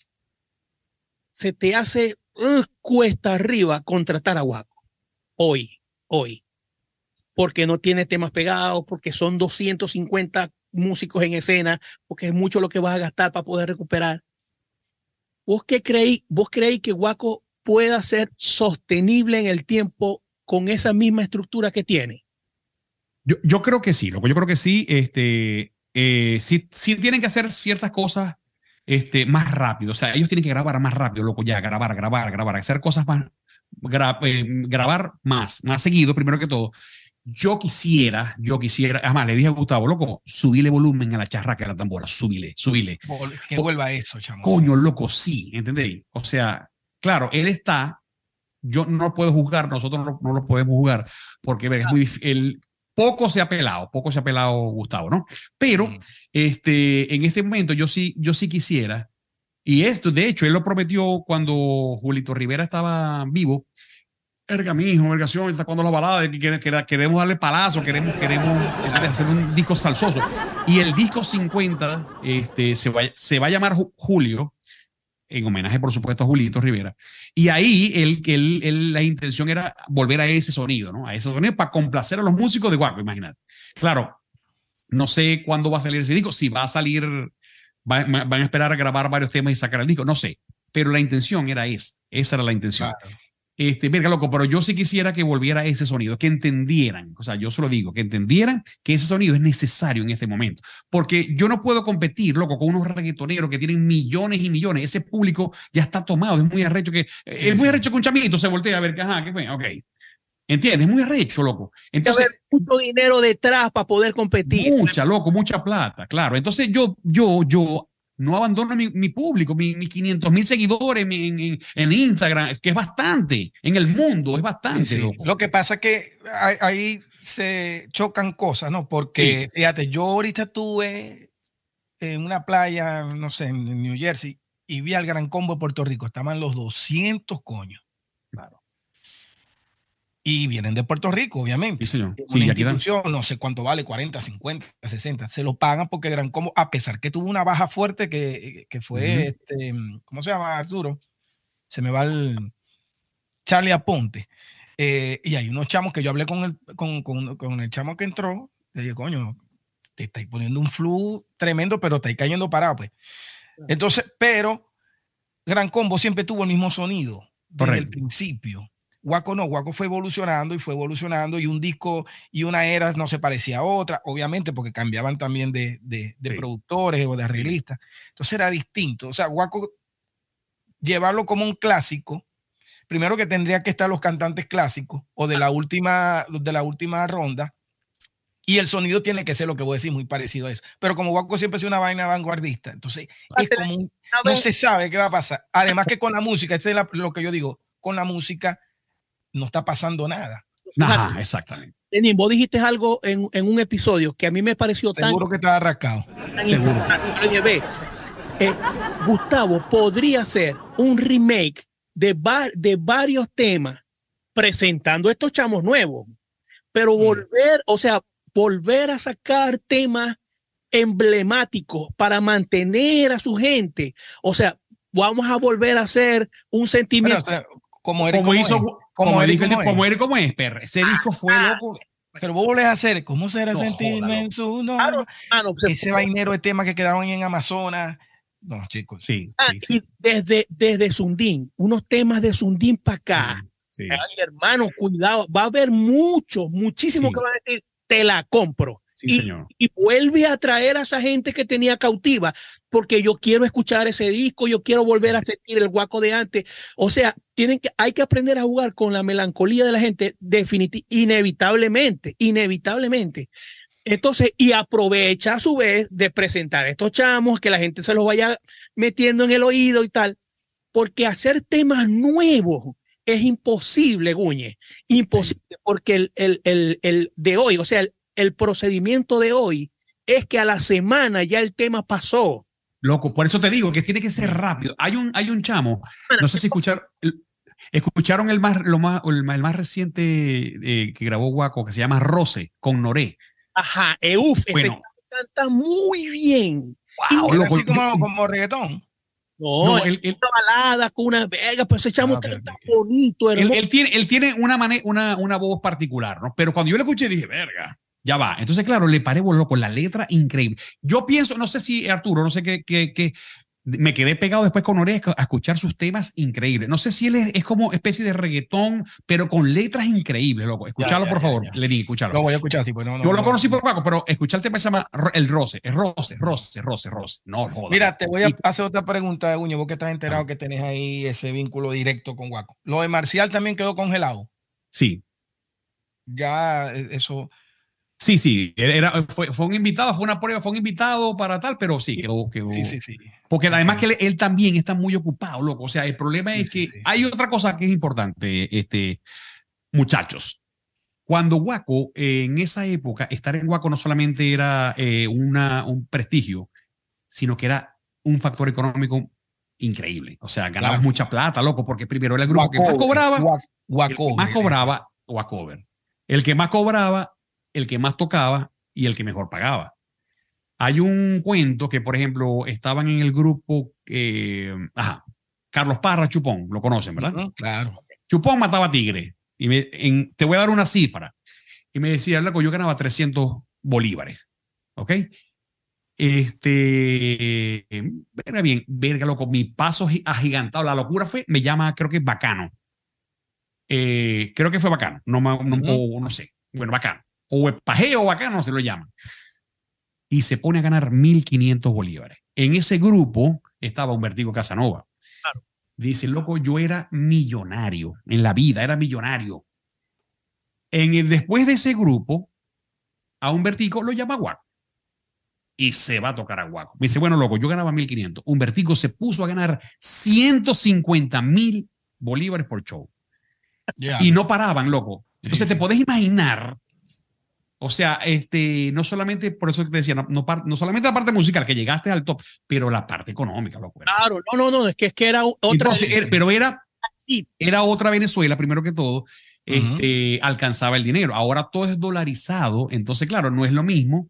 se te hace uh, cuesta arriba contratar a Guaco. Hoy, hoy. Porque no tiene temas pegados, porque son doscientos cincuenta músicos en escena, porque es mucho lo que vas a gastar para poder recuperar. ¿Vos qué creéis? ¿Vos creéis que Guaco pueda ser sostenible en el tiempo con esa misma estructura que tiene? Yo, yo creo que sí, loco. Yo creo que sí. Este, eh, sí, sí tienen que hacer ciertas cosas este, más rápido. O sea, ellos tienen que grabar más rápido, loco, ya, grabar, grabar, grabar, hacer cosas más, gra, eh, grabar más, más seguido, primero que todo. Yo quisiera, yo quisiera, además le dije a Gustavo, loco, subile volumen a la charraca de la tambora, subile, subile. Que vuelva eso, chamo. Coño, loco, sí, ¿entendéis? O sea, claro, él está, yo no puedo juzgar, nosotros no, no lo podemos juzgar, porque es muy difícil. Poco se ha pelado, poco se ha pelado Gustavo, ¿no? Pero mm. este, en este momento yo sí, yo sí quisiera, y esto, de hecho, él lo prometió cuando Julito Rivera estaba vivo. Erga, mijo, vergación, está cuando la balada, que, que, que, queremos darle palazo, queremos, queremos hacer un disco salsoso. Y el disco cincuenta este, se, va, se va a llamar Julio, en homenaje, por supuesto, a Julito Rivera. Y ahí él, él, él, la intención era volver a ese sonido, ¿no? A ese sonido para complacer a los músicos de Guaco, imagínate. Claro, no sé cuándo va a salir ese disco, si va a salir, va, van a esperar a grabar varios temas y sacar el disco, no sé. Pero la intención era esa, esa era la intención. Claro. Este, verga, loco, pero yo sí quisiera que volviera ese sonido, que entendieran, o sea, yo se lo digo, que entendieran que ese sonido es necesario en este momento, porque yo no puedo competir, loco, con unos reggaetoneros que tienen millones y millones, ese público ya está tomado, es muy arrecho que, sí, es muy arrecho que un chamito se voltea a ver que, ajá, ¿qué fue? Ok, ¿entiendes? Es muy arrecho, loco. Entonces, mucho dinero detrás para poder competir. Mucha, loco, mucha plata, claro. Entonces yo, yo, yo, no abandono mi, mi público, mis mi quinientos mil seguidores mi, en, en Instagram, que es bastante, en el mundo, es bastante. Sí, sí. Lo que pasa es que ahí, ahí se chocan cosas, ¿no? Porque, sí. Fíjate, yo ahorita estuve en una playa, no sé, en New Jersey, y vi al Gran Combo de Puerto Rico, estaban los doscientos coños. Claro. Y vienen de Puerto Rico, obviamente. Sí, señor. Una Sí, institución, no sé cuánto vale, cuarenta, cincuenta, sesenta. Se lo pagan porque Gran Combo, a pesar que tuvo una baja fuerte que, que fue, uh-huh. este, ¿cómo se llama, Arturo? Se me va el Charlie Aponte. Eh, y hay unos chamos que yo hablé con el, con, con, con el chamo que entró. Le dije, coño, te estáis poniendo un flu tremendo, pero estáis cayendo parado, pues. Entonces, pero Gran Combo siempre tuvo el mismo sonido desde Correcto. el principio. Guaco no, Guaco fue evolucionando y fue evolucionando y un disco y una era no se parecía a otra, obviamente porque cambiaban también de, de, de sí. productores o de arreglistas. Entonces era distinto. O sea, Guaco, llevarlo como un clásico, primero que tendría que estar los cantantes clásicos o de la última, de la última ronda, y el sonido tiene que ser lo que voy a decir, muy parecido a eso. Pero como Guaco siempre ha sido una vaina vanguardista, entonces es como un, no se sabe qué va a pasar. Además que con la música, este es la, lo que yo digo, con la música no está pasando nada. Ajá, exactamente. Lenín, vos dijiste algo en, en un episodio que a mí me pareció Seguro tan... Seguro que estaba rascado. Seguro. Eh, Gustavo podría ser un remake de, va, de varios temas presentando estos chamos nuevos, pero volver, mm. o sea, volver a sacar temas emblemáticos para mantener a su gente. O sea, vamos a volver a hacer un sentimiento. Bueno, o sea, como, Eric, como, como hizo, es. como, como Eric, Eric, como, como Eric, como es, perro. Ese ah, disco fue ah, loco. Pero vos volvés a hacer, ¿cómo será no, sentirme en su no? Claro, claro, ese vainero de temas que quedaron en Amazonas. No, chicos. Sí, ah, sí, sí. Desde, desde Sundin, unos temas de Sundin para acá. Sí, sí. Ay, hermano, cuidado. Va a haber muchos, muchísimos sí. que van a decir, te la compro. Sí, y, señor. y vuelve a traer a esa gente que tenía cautiva, porque yo quiero escuchar ese disco, yo quiero volver a sentir el Guaco de antes. O sea, tienen que, hay que aprender a jugar con la melancolía de la gente, definitivamente, inevitablemente, inevitablemente. Entonces, y aprovecha a su vez de presentar a estos chamos, que la gente se los vaya metiendo en el oído y tal, porque hacer temas nuevos es imposible, Guñe, imposible, sí. porque el, el, el, el de hoy, o sea, el, el procedimiento de hoy es que a la semana ya el tema pasó. Loco, por eso te digo que tiene que ser rápido. Hay un, hay un chamo, no sé si escucharon, escucharon el más, lo más, el más, el más reciente eh, que grabó Guaco, que se llama Rose, con Noré. Ajá, eh, uf, bueno. ese canta muy bien. Wow, loco, así como, como reggaetón. No, no él, él, una balada con una verga, pero ese chamo ah, canta pero, bonito. Él, él tiene, él tiene una, mane, una, una voz particular, ¿no? Pero cuando yo le escuché dije, verga, ya va. Entonces, claro, le paré loco, la letra increíble. Yo pienso, no sé si Arturo, no sé qué, qué, qué me quedé pegado después con Oresca a escuchar sus temas increíbles. No sé si él es, es como especie de reggaetón, pero con letras increíbles, loco. Escuchalo, ya, ya, por favor, ya, ya. Lenny, escuchalo. Lo voy a escuchar, sí, pues no, no, Yo lo no, conocí no. por Guaco, pero escuchar el tema se llama El Roce, es Roce, Roce, Roce, Roce, Roce. No, joda. Mira, te voy a hacer otra pregunta, Uño, vos que estás enterado ah. que tenés ahí ese vínculo directo con Guaco. ¿Lo de Marcial también quedó congelado? Sí. Ya, eso... Sí, sí, era, fue, fue un invitado, fue una prueba, fue un invitado para tal, pero sí, quedó. quedó sí, sí, sí. Porque además que él, él también está muy ocupado, loco. O sea, el problema sí, es que sí, sí, hay sí. otra cosa que es importante, este, muchachos. Cuando Guaco, eh, en esa época, estar en Guaco no solamente era eh, una, un prestigio, sino que era un factor económico increíble. O sea, ganabas claro. mucha plata, loco, porque primero era el grupo Guacover, que más cobraba, Guacover, el que más cobraba, Guacover. El que más cobraba, el que más tocaba y el que mejor pagaba. Hay un cuento que, por ejemplo, estaban en el grupo, eh, ajá, Carlos Parra, Chupón, lo conocen, ¿verdad? Uh-huh, claro. Chupón mataba tigre. Y me, en, te voy a dar una cifra. Y me decía, loco, yo ganaba trescientos bolívares. ¿Ok? Este, verga bien, verga, loco, mi paso agigantado, la locura fue, me llama, creo que Bacano. Eh, creo que fue Bacano, no, no, uh-huh. o, no sé, bueno, Bacano. O Pajeo o Bacano se lo llaman. Y se pone a ganar mil quinientos bolívares. En ese grupo estaba Humbertico Casanova. Claro. Dice, loco, yo era millonario en la vida, era millonario. En el, después de ese grupo, a Humbertico lo llama Guaco. Y se va a tocar a Guaco. Me dice, bueno, loco, yo ganaba mil quinientos. Humbertico se puso a ganar ciento cincuenta mil bolívares por show. Yeah. Y no paraban, loco. Entonces sí, te sí. podés imaginar. O sea, este, no solamente, por eso te decía, no, no, no solamente la parte musical, que llegaste al top, pero la parte económica, loco. Claro, no, no, no, es que, es que era otra. Entonces, era, pero era, era otra Venezuela, primero que todo, uh-huh. este, alcanzaba el dinero. Ahora todo es dolarizado, entonces, claro, no es lo mismo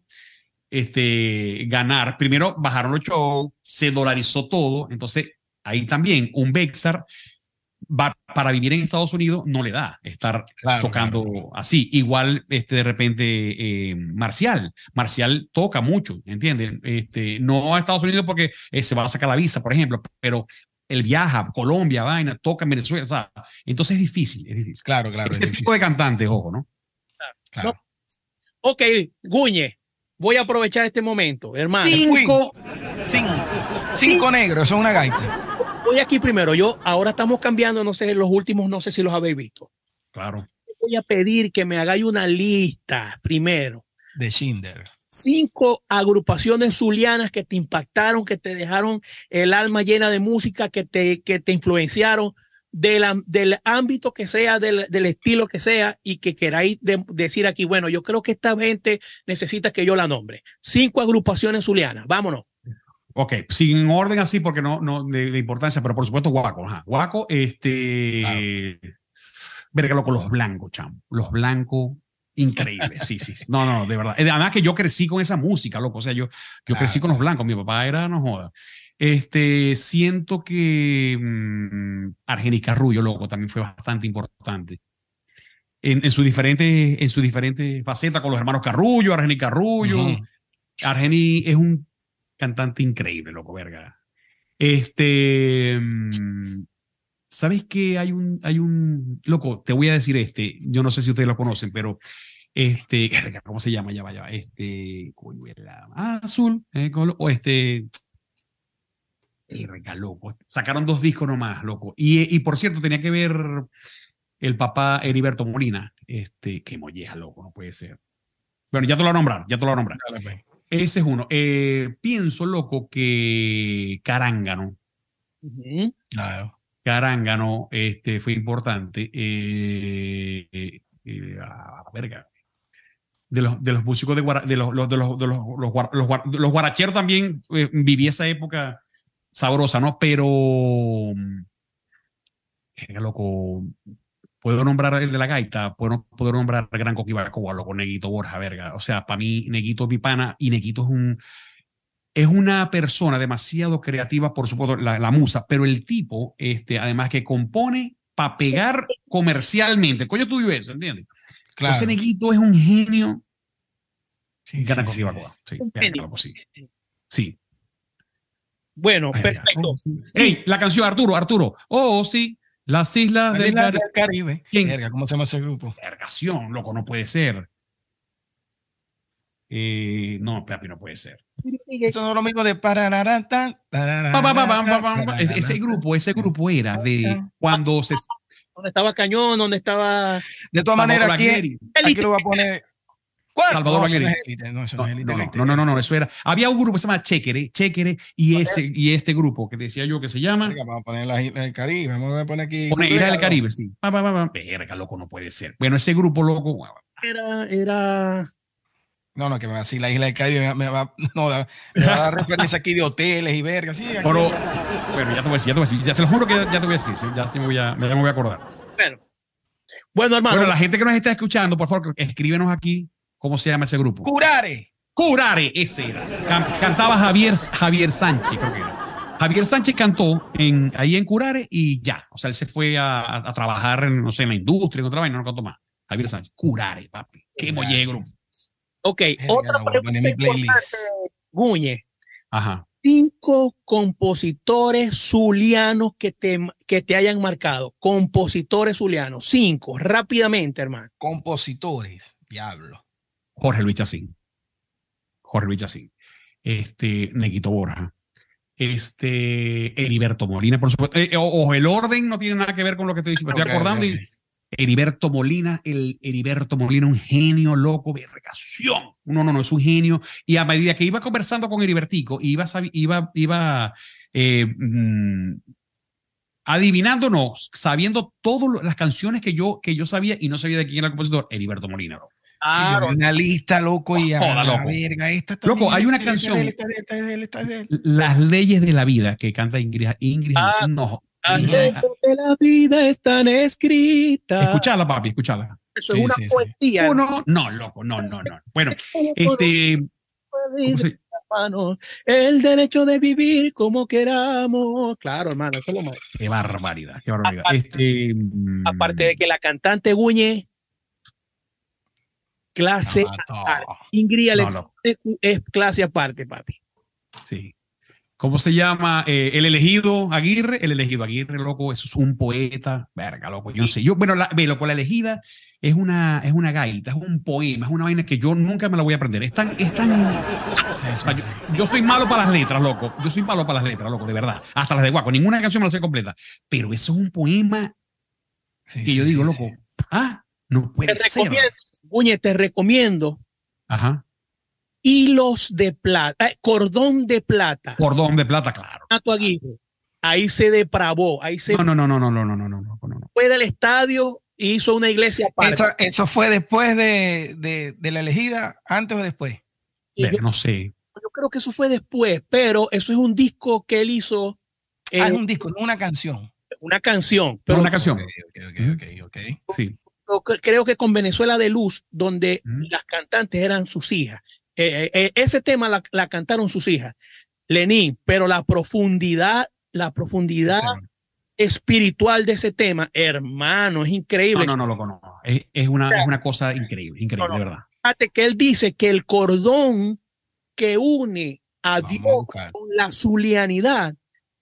este, ganar. Primero bajaron los shows, se dolarizó todo, entonces ahí también un Bexar va, para vivir en Estados Unidos no le da estar claro, tocando claro. así. Igual este, de repente eh, Marcial. Marcial toca mucho, ¿entienden? Este, no a Estados Unidos porque eh, se va a sacar la visa, por ejemplo, pero él viaja a Colombia, vaina, toca en Venezuela. O sea, entonces es difícil, es difícil. Claro, claro. Ese tipo difícil. de cantantes, ojo, ¿no? Claro. claro. No. Ok, Guñe, voy a aprovechar este momento, hermano. Cinco, cinco, cinco negros, eso es una gaita. Voy aquí primero, yo ahora estamos cambiando, no sé, los últimos, no sé si los habéis visto. Claro. Voy a pedir que me hagáis una lista primero. De Schindler. Cinco agrupaciones zulianas que te impactaron, que te dejaron el alma llena de música, que te, que te influenciaron de la, del ámbito que sea, del, del estilo que sea, y que queráis de, decir aquí, bueno, yo creo que esta gente necesita que yo la nombre. Cinco agrupaciones zulianas, vámonos. Ok, sin orden así porque no, no de, de importancia, pero por supuesto Guaco. Ajá. Guaco, este... Claro. Verga, loco, los blancos, chamo. Los blancos, increíbles, sí, sí, sí. No, no, de verdad. Además que yo crecí con esa música, loco. O sea, yo, yo claro, crecí con los blancos. Mi papá era, no joda. Este, siento que mmm, Argenis Rullo, loco, también fue bastante importante. En, en sus diferentes, en sus diferentes facetas con los hermanos Carrullo, Argenis Carrullo. Uh-huh. Argenis es un cantante increíble, loco, verga. Este, ¿sabes qué? Hay un, hay un, loco, te voy a decir este, yo no sé si ustedes lo conocen, pero este, ¿cómo se llama? Ya va, ya va, este, ah, Azul, eh, o este, verga, loco, sacaron dos discos nomás, loco, y, y por cierto, tenía que ver el papá Heriberto Molina, este, qué molleja, loco, no puede ser. Bueno, ya te lo voy a nombrar, ya te lo voy a nombrar. Dale, ese es uno. Eh, pienso, loco, que Carángano. Uh-huh. Claro. Carángano este, fue importante. Eh, eh, eh, ah, verga. De los, de los músicos de, guara, de los, los, de los, de los, los, los, los, los guaracheros también eh, viví esa época sabrosa, ¿no? Pero, eh, loco, puedo nombrar el de la gaita, puedo, puedo nombrar el Gran Coquibacoa, loco, Neguito Borja, verga. O sea, para mí, Neguito es mi pana y Neguito es un. Es una persona demasiado creativa, por supuesto, la, la musa, pero el tipo, este, además que compone para pegar comercialmente. Coño, tú eso, ¿entiendes? Claro. Entonces, Neguito es un genio. Sí, Gran sí, Coquibacoa. Sí, sí, sí. sí. Bueno, Ay, perfecto. oh, sí. Ey, la canción, Arturo, Arturo. Oh, sí, las islas del, Islas Cari del Caribe. ¿Quién? Verga, ¿cómo se llama ese grupo? Vergación, loco, no puede ser. Eh, no, papi, no puede ser. Eso no es lo mismo de parararata, Pa, pa, pa, pa, pa, pa, pa. Ese grupo, ese grupo era de cuando se. ¿Dónde estaba Cañón? ¿Dónde estaba? De todas maneras, aquí, aquí lo va a poner. ¿Cuál? Salvador no, eso Bagheri. no es élite, no, eso no, No, es élite, no, no, élite. no, no, no, no, eso era. Había un grupo que se llama Chéquere, Chéquere, y ese, y este grupo que decía yo que se llama. Verga, vamos a poner las Islas del Caribe, vamos a poner aquí. Pone Islas del Caribe, sí. Pa, pa, pa, pa. Verga, loco, no puede ser. Bueno, ese grupo, loco. Era, era. No, no, que me va a decir la Isla del Caribe, me, me va, no, me va a dar referencia aquí de hoteles y verga, sí. Aquí. Pero, bueno, ya te voy a decir, ya te voy a decir, ya te lo juro que ya, ya te voy a decir, ¿sí? ya, me voy a, ya me voy a acordar. Bueno, bueno, hermano. Bueno, la gente que nos está escuchando, por favor, escríbenos aquí cómo se llama ese grupo. Curare. Curare, ese era. Can, cantaba Javier, Javier Sánchez, creo que era. Javier Sánchez cantó en, ahí en Curare y ya. O sea, él se fue a, a, a trabajar en, no sé, en la industria, en otra vaina, no cantó más. Javier Sánchez, Curare, papi. Qué molle grupo. Ok, Verga, otra no, pregunta mi importante, Guñe. Ajá. Cinco compositores zulianos que te, que te hayan marcado. Compositores zulianos. Cinco, rápidamente, hermano. Compositores, diablo. Jorge Luis Chacín. Jorge Luis Chacín. Este, Neguito Borja. Este, Heriberto Molina, por supuesto. Eh, o, o el orden no tiene nada que ver con lo que estoy diciendo. Estoy Okay, acordando okay. y Heriberto Molina, el Heriberto Molina, un genio loco, vergación. No, no, no, es un genio. Y a medida que iba conversando con Heribertico, iba, iba, iba eh, mmm, adivinando, no, sabiendo todas las canciones que yo, que yo sabía y no sabía de quién era el compositor, Heriberto Molina, bro. Ah, sí, una lista, loco, y a Joda, la loco. verga, esta Loco, hay una esta, canción, esta, esta, esta, esta, esta, esta. Las leyes de la vida, que canta Ingrid, Ingrid Ah, no. Las leyes de la vida están escritas. Escuchala, papi, escuchala. Eso Sí, es una sí, sí. poesía. Uno, no, loco, no, no, no. Bueno, este, ¿cómo se- Hermano, el derecho de vivir como queramos. Claro, hermano, eso es lo más. qué barbaridad, qué barbaridad. Aparte, Este, mm, aparte de que la cantante Guñe, clase No, no. aparte. Ingrid No, Alex loco. es, es clase aparte, papi. sí. ¿Cómo se llama? Eh, el elegido Aguirre, el elegido Aguirre, loco, eso es un poeta, verga, loco, yo no sé. Yo, bueno, la, ve, loco, la elegida es una, es una gaita, es un poema, es una vaina que yo nunca me la voy a aprender. Es tan, es tan, Sí, sí, yo, sí. yo soy malo para las letras, loco. Yo soy malo para las letras, loco, de verdad. Hasta las de Guaco, ninguna canción me la sé completa. Pero eso es un poema Sí, que sí, yo digo, sí, loco, sí. ah, no puede Te ser. recomiendo, Guñe, te recomiendo Ajá. hilos de plata, eh, cordón de plata. Cordón de plata, claro. Renato Aguirre. Ahí se depravó, ahí se No, no, no, no, no, no, no, no, no, no, no, no. fue del estadio e hizo una iglesia aparte. Esa- eso fue después de, de, de la elegida, antes o después. Y Ver, yo, no sé. yo creo que eso fue después, pero eso es un disco que él hizo, eh, Ah, es un disco, no una canción. una canción. Pero Pero una canción. Ok, ok, ok, ok, ok. Sí. yo cre- creo que con Venezuela de Luz, donde Mm. las cantantes eran sus hijas. Eh, eh, eh, ese tema la, la cantaron sus hijas, Lenín, pero la profundidad, la profundidad espiritual de ese tema, hermano, es increíble. No, no, no, loco, no. Es, es, una, es una cosa increíble, increíble, No, no. de verdad. Fíjate que él dice que el cordón que une a Vamos a Dios buscar. con la zulianidad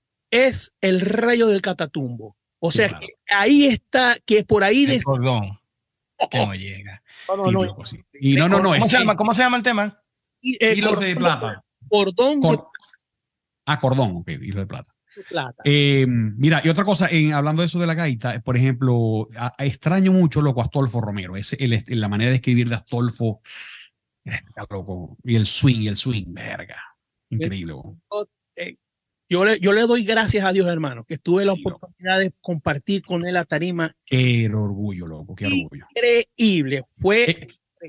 es el rayo del Catatumbo. O Sí, sea, claro. que ahí está, que por ahí de... El cordón. Que no llega. No, no, Sí, no, loco, sí. Y no, no, no. ¿Cómo Es, se llama? ¿Cómo se llama el tema? y, eh, hilos cordón de plata. Cordón de Cor- ah, cordón, ok, hilo de plata. plata. Eh, mira, y otra cosa, en, hablando de eso de la gaita, por ejemplo, a, a extraño mucho, loco, a Astolfo Romero. Ese, el, el- la manera de escribir de Astolfo, verga, loco. Y el swing, y el swing, verga. Increíble, loco. Eh, yo, le, yo le doy gracias a Dios, hermano, que tuve la Sí, loco. oportunidad de compartir con él la tarima. Qué orgullo, loco, qué orgullo. Increíble. Fue... Eh,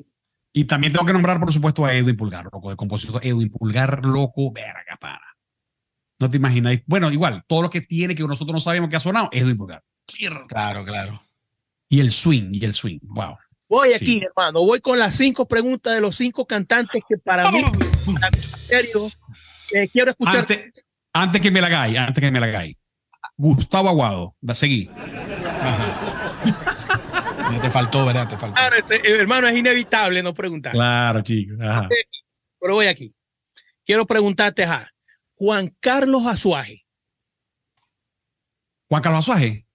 y también tengo que nombrar, por supuesto, a Edwin Pulgar, loco, de compositor. Edwin Pulgar, loco, verga, para. No te imaginas. Bueno, igual, todo lo que tiene que nosotros no sabemos que ha sonado, Edwin Pulgar. Claro, claro. Y el swing, y el swing, wow. Voy aquí, Sí. hermano. Voy con las cinco preguntas de los cinco cantantes que para mí, para mí, en serio, eh, quiero escuchar. Antes, antes que me la hagáis, antes que me la hagáis. Gustavo Aguado, da seguí. Ya te faltó, ¿verdad? Te faltó. Claro, ese, eh, hermano, es inevitable no preguntar. Claro, chicos. Ajá. Pero voy aquí. Quiero preguntarte, ajá, Juan Carlos Azuaje. Juan Carlos Azuaje.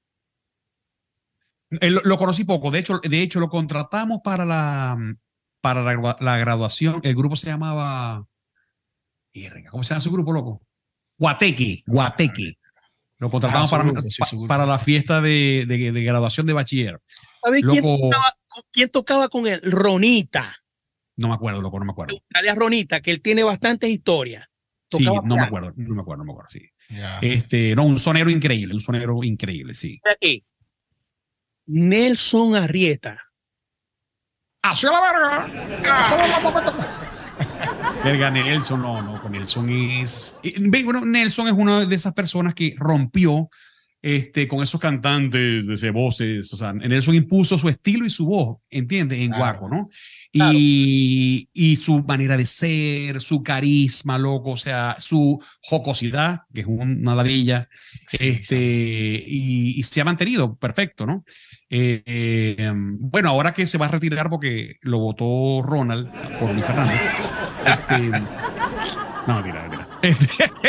Lo, lo conocí poco, de hecho, de hecho lo contratamos para la, para la, la graduación. El grupo se llamaba, ¿cómo se llama su grupo, loco? Guateque, Guateque. Lo contratamos ah, para, grupo, sí, pa, para la fiesta de, de, de graduación de bachiller. ¿Sabes quién, tocaba, quién tocaba con él? Ronita. No me acuerdo, loco, no me acuerdo. Dale a Ronita, que él tiene bastantes historias. Sí, no piano. me acuerdo, no me acuerdo, no me acuerdo, sí. Yeah. Este, no, un sonero increíble, un sonero increíble, sí. Aquí. Nelson Arrieta. ¡Hacia la verga! Verga, Nelson, no, no, Nelson es. Bueno, Nelson es una de esas personas que rompió este, con esos cantantes de voces. O sea, Nelson impuso su estilo y su voz, ¿entiendes? En claro. Guaco, ¿no? Claro. Y, y su manera de ser, su carisma, loco, o sea, su jocosidad, que es una ladilla, sí, este, sí. Y, y se ha mantenido perfecto, ¿no? Eh, eh, bueno, ahora que se va a retirar porque lo votó Ronald por Luis Fernández. Este, no, mira, mira. Este,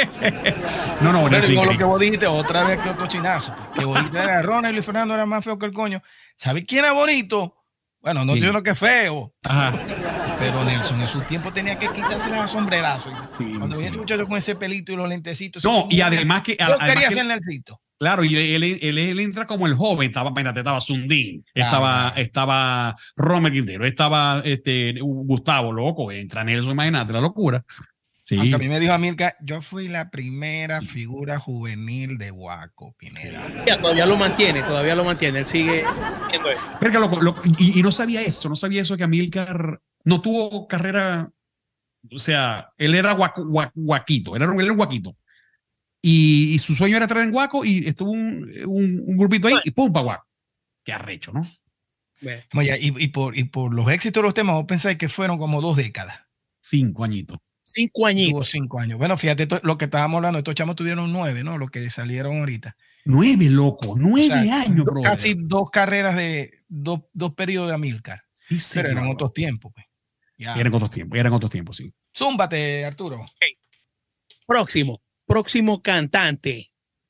no, no, pero digo lo que vos dijiste otra vez que otro chinazo. Que vos dijiste que Ronald y Luis Fernando eran más feos que el coño. ¿Sabes quién era bonito? Bueno, no digo lo que es feo. Ajá. Pero Nelson en su tiempo tenía que quitarse las sombrerazos. Sí, cuando sí. vi ese muchacho con ese pelito y los lentecitos. No, y además que. Yo además quería que, ser Nelsito. Claro, y él, él, él, él entra como el joven. Estaba, espérate, estaba Sundín, claro, estaba, claro. estaba Romer Quintero, estaba este, Gustavo, loco. Entra Nelson, imagínate la locura. Sí. Aunque a mí me dijo Amilcar, yo fui la primera sí. figura juvenil de Guaco, Pineda. Sí. Ya, todavía lo mantiene, todavía lo mantiene. Él sigue haciendo eso. Verga, loco, loco, y, y no sabía eso, no sabía eso que Amilcar no tuvo carrera. O sea, él era guaco, guaco, guaquito, él era, él era un guaquito. Y, y su sueño era traer en Guaco y estuvo un, un, un grupito ahí y pum, pa' Guaco. Qué arrecho, ¿no? Oye, y, y, por, y por los éxitos de los temas, vos pensáis que fueron como dos décadas. Cinco añitos. Cinco añitos. Tuvo cinco años. Bueno, fíjate, to, lo que estábamos hablando, estos chamos tuvieron nueve, ¿no? Los que salieron ahorita. Nueve, loco, nueve o sea, años, bro. Casi dos carreras de, dos, dos periodos de Amilcar. Sí, sí. Pero eran otros tiempos, pues. Ya. Eran otros tiempos, eran otros tiempos, sí. Zúmbate, Arturo. Okay. Próximo, próximo cantante.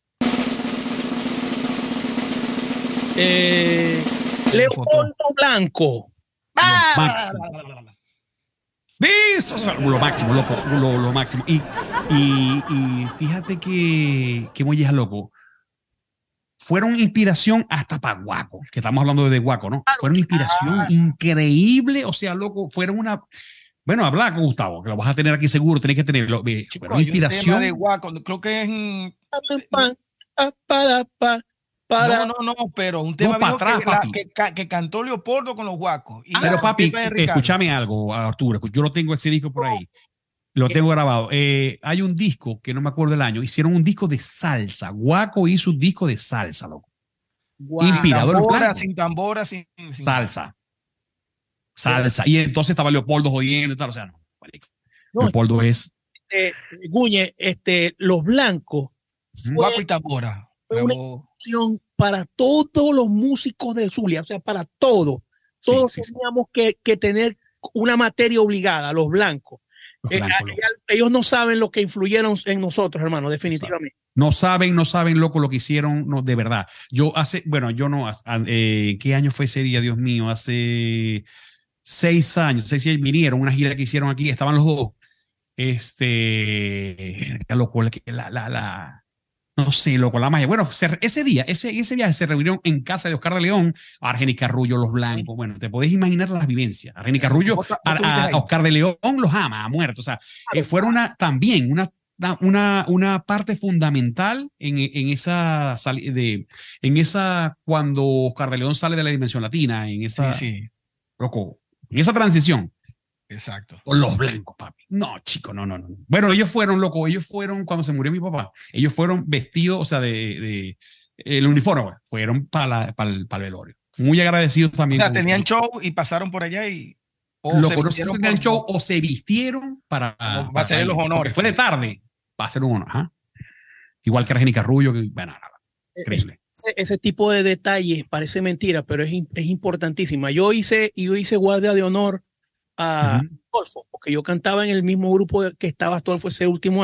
Eh, Leopoldo Blanco. Lo máximo. Eso, lo máximo, loco, lo, lo máximo. Y, y, y fíjate que, que Molleja, loco, fueron inspiración hasta para Guaco, que estamos hablando de Guaco, ¿no? Fueron inspiración ah. increíble, o sea, loco, fueron una... Bueno, habla con Gustavo, que lo vas a tener aquí seguro, tenés que tenerlo. Chico, fueron inspiración. De Guaco, creo que es... En... Para... No, no, no, pero un tema no, atrás, que, la, que, que cantó Leopoldo con los Guacos. Ah, pero papi, escúchame algo, Arturo, yo lo tengo ese disco por ahí, lo tengo grabado. Eh, hay un disco que no me acuerdo el año, hicieron un disco de salsa. Guaco hizo un disco de salsa, loco. Wow. Inspirador. Tambora, sin tambora, sin, sin salsa. Salsa. Y entonces estaba Leopoldo jodiendo y tal, o sea, no. no Leopoldo es. Eh, Guñe, este, los blancos. Guaco y tambora. Fue una opción para todos los músicos del Zulia, o sea, para todos. Todos sí, sí, teníamos sí. Que, que tener una materia obligada, los blancos. Los blancos eh, ellos no saben lo que influyeron en nosotros, hermano, definitivamente. No saben, no saben, loco, lo que hicieron, no, de verdad. Yo hace, bueno, yo no, eh, ¿qué año fue ese día, Dios mío? Hace seis años, seis años vinieron, una gira que hicieron aquí, estaban los dos. Este, loco, la, la, la, no sé, loco, la magia. Bueno, se, ese día, ese, ese día se reunieron en casa de Oscar de León, Argenis Carrullo, los blancos. Bueno, te podés imaginar las vivencias. Argenis Carrullo, a, a, a Oscar de León los ama, ha muerto. O sea, eh, fueron una, también una, una, una parte fundamental en, en esa, de, en esa, cuando Oscar de León sale de la dimensión latina, en esa, sí, sí. Loco, en esa transición. Exacto. Con los blancos, papi. No, chico, no, no, no. Bueno, ellos fueron, loco, ellos fueron, cuando se murió mi papá, ellos fueron vestidos, o sea, de, de el uniforme, fueron para pa el, pa el velorio. Muy agradecidos también. O sea, tenían con, show y pasaron por allá y... O loco, no sé si tenían por, show o se vistieron para... para va a hacer los honores. Fue de tarde, va a ser un honor, ¿ah? Igual que Argenis Carrullo, que, bueno, nada, increíble. Ese, ese tipo de detalles parece mentira, pero es, es importantísima. Yo hice, yo hice guardia de honor a uh-huh. Astolfo, porque yo cantaba en el mismo grupo que estaba Astolfo ese último año.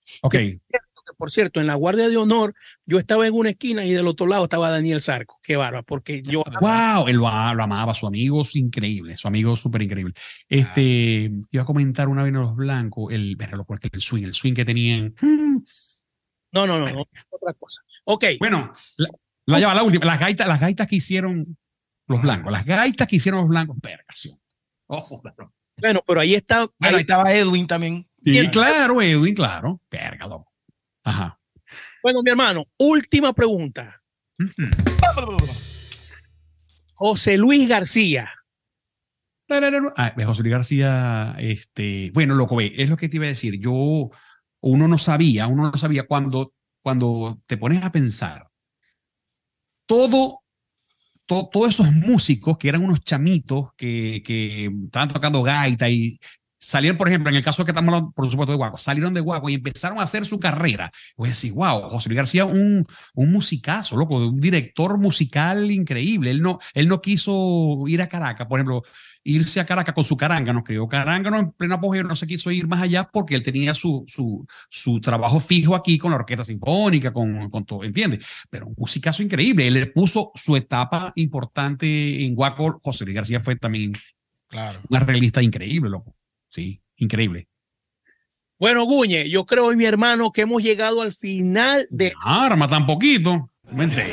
Ok. Que, por cierto, en la Guardia de Honor, yo estaba en una esquina y del otro lado estaba Daniel Sarco. Qué bárbaro, porque yo... Wow, él lo, lo amaba, su amigo es increíble, su amigo súper increíble. Este, ah. Iba a comentar una vez en Los Blancos, el, el swing, el swing que tenían. No, no, no, no, otra cosa. Ok. Bueno, la, la, okay. la última, las gaitas, las gaitas que hicieron Los Blancos, las gaitas que hicieron Los Blancos, vergación. Ojo, claro. Bueno, pero ahí está. Bueno, ahí estaba Edwin también. Sí, claro, Edwin, claro. Verga, loco. Ajá. Bueno, mi hermano, última pregunta. Uh-huh. José Luis García. Ah, José Luis García, este, bueno, loco, ve, es lo que te iba a decir. Yo, uno no sabía, uno no sabía cuando, cuando te pones a pensar, todo, todo, todos esos músicos que eran unos chamitos que, que estaban tocando gaita y salieron, por ejemplo, en el caso que estamos hablando, por supuesto, de Guaco, salieron de Guaco y empezaron a hacer su carrera. Voy a decir, wow, José Luis García, un, un musicazo, loco, un director musical increíble. Él no, él no quiso ir a Caracas, por ejemplo, irse a Caracas con su caranga, nos creó caranga, no, en pleno apogeo, no se quiso ir más allá porque él tenía su, su, su trabajo fijo aquí con la orquesta sinfónica, con, con todo, ¿entiendes? Pero un musicazo increíble. Él le puso su etapa importante en Guaco. José Luis García fue también, claro, un arreglista increíble, loco. Sí, increíble. Bueno, Guñe, yo creo, mi hermano, que hemos llegado al final de... Arma tan poquito. Mente.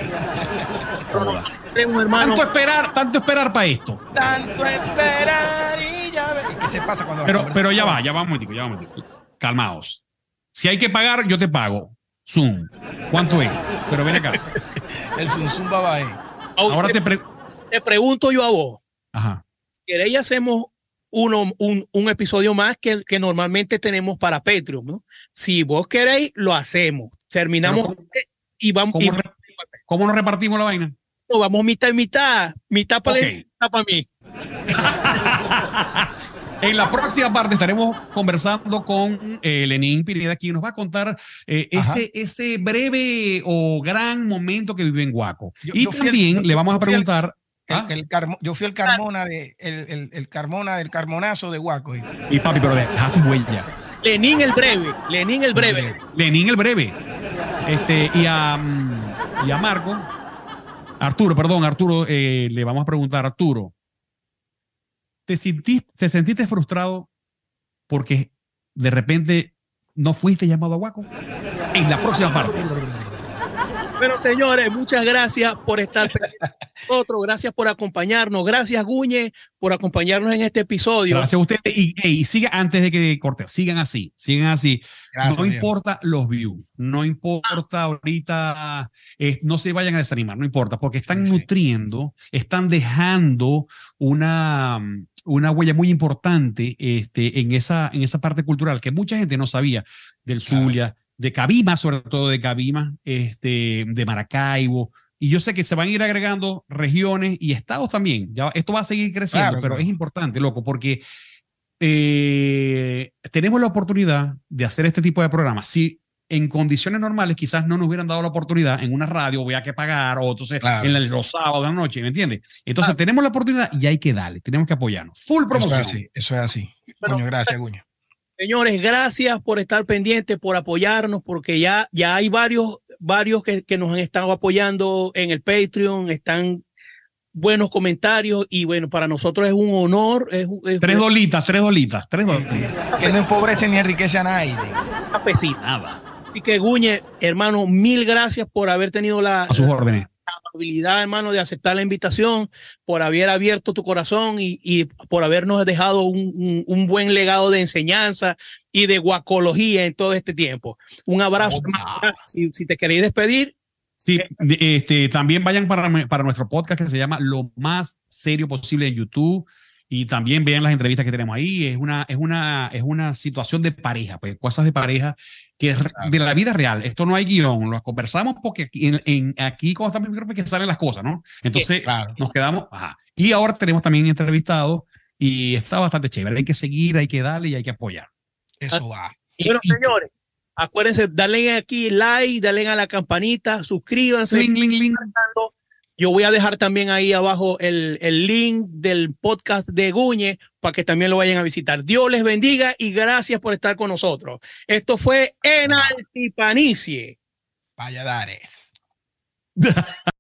Tanto esperar, tanto esperar para esto. Tanto esperar y ya ves. ¿Qué se pasa cuando... Pero, pero ya va, ya va un momentico, ya va un momentico. Calmaos. Si hay que pagar, yo te pago. Zoom. ¿Cuánto es? Pero ven acá. El Zoom Zoom va ahí. Ahora te, pre... te pregunto yo a vos. Ajá. ¿Queréis hacemos uno, un, un episodio más que, que normalmente tenemos para Patreon, ¿no? Si vos queréis, lo hacemos. Terminamos ¿Cómo, y vamos. ¿cómo, y, re, ¿Cómo nos repartimos la vaina? No, vamos mitad y mitad. Mitad para okay. él, mitad para mí. En la próxima parte estaremos conversando con eh, Lenín Pineda, quien nos va a contar eh, ese, ese breve o gran momento que vive en Guaco. Yo, y yo también el, le vamos a preguntar... El, ¿Ah? el, el Carmo, yo fui el Carmona de el, el, el Carmona del Carmonazo de Guaco. Y, y papi, pero dejaste huella. Lenín el breve, Lenín el breve. Lenín el breve. Este, y a, y a Marco, Arturo, perdón, Arturo, eh, le vamos a preguntar, Arturo, ¿te sentiste, ¿te sentiste frustrado porque de repente no fuiste llamado a Guaco? En la próxima parte. Bueno, señores, muchas gracias por estar con nosotros, gracias por acompañarnos, gracias Guñe por acompañarnos en este episodio. Gracias a ustedes y, y sigan antes de que corte, sigan así, sigan así. Gracias, no importa bien. Los views, no importa ahorita, eh, no se vayan a desanimar, no importa, porque están sí, nutriendo, sí. están dejando una, una huella muy importante este, en, esa, en esa parte cultural que mucha gente no sabía del claro. Zulia, de Cabima, sobre todo de Cabima, este, de Maracaibo, y yo sé que se van a ir agregando regiones y estados también. Ya, esto va a seguir creciendo, claro, pero claro. es importante, loco, porque eh, tenemos la oportunidad de hacer este tipo de programas. Si en condiciones normales quizás no nos hubieran dado la oportunidad en una radio, voy a que pagar, o entonces claro. en el, los sábados de la noche, ¿me entiendes? Entonces claro. tenemos la oportunidad y hay que darle, tenemos que apoyarnos. Full promoción. Eso es así, eso es así. Bueno, Guño, gracias, Guño. Señores, gracias por estar pendientes, por apoyarnos, porque ya, ya hay varios, varios que, que nos han estado apoyando en el Patreon, están buenos comentarios y bueno, para nosotros es un honor. Es, es, tres dolitas, tres dolitas, tres dolitas. Que no empobrece ni enriquece a nadie. Cafecito. Nada. Así que Guñe, hermano, mil gracias por haber tenido la... A sus órdenes. La amabilidad, hermano, de aceptar la invitación, por haber abierto tu corazón y, y por habernos dejado un, un, un buen legado de enseñanza y de guacología en todo este tiempo. Un abrazo. Oh, no. si, si te queréis despedir. Sí, este, también vayan para, para nuestro podcast que se llama Lo Más Serio Posible en YouTube. Y también vean las entrevistas que tenemos ahí. Es una, es una, es una situación de pareja, pues cosas de pareja que es de la vida real. Esto no hay guión, lo conversamos porque aquí, en, en, aquí cuando estamos en micrófono que salen las cosas, ¿no? Entonces sí, claro. nos quedamos, ajá. Y ahora tenemos también entrevistados y está bastante chévere. Hay que seguir, hay que darle y hay que apoyar. Eso va. Bueno, y, señores, acuérdense, dale aquí like, dale a la campanita, suscríbanse. Link, link, link. Yo voy a dejar también ahí abajo el, el link del podcast de Guñe para que también lo vayan a visitar. Dios les bendiga y gracias por estar con nosotros. Esto fue En Altipanicie. Valladares.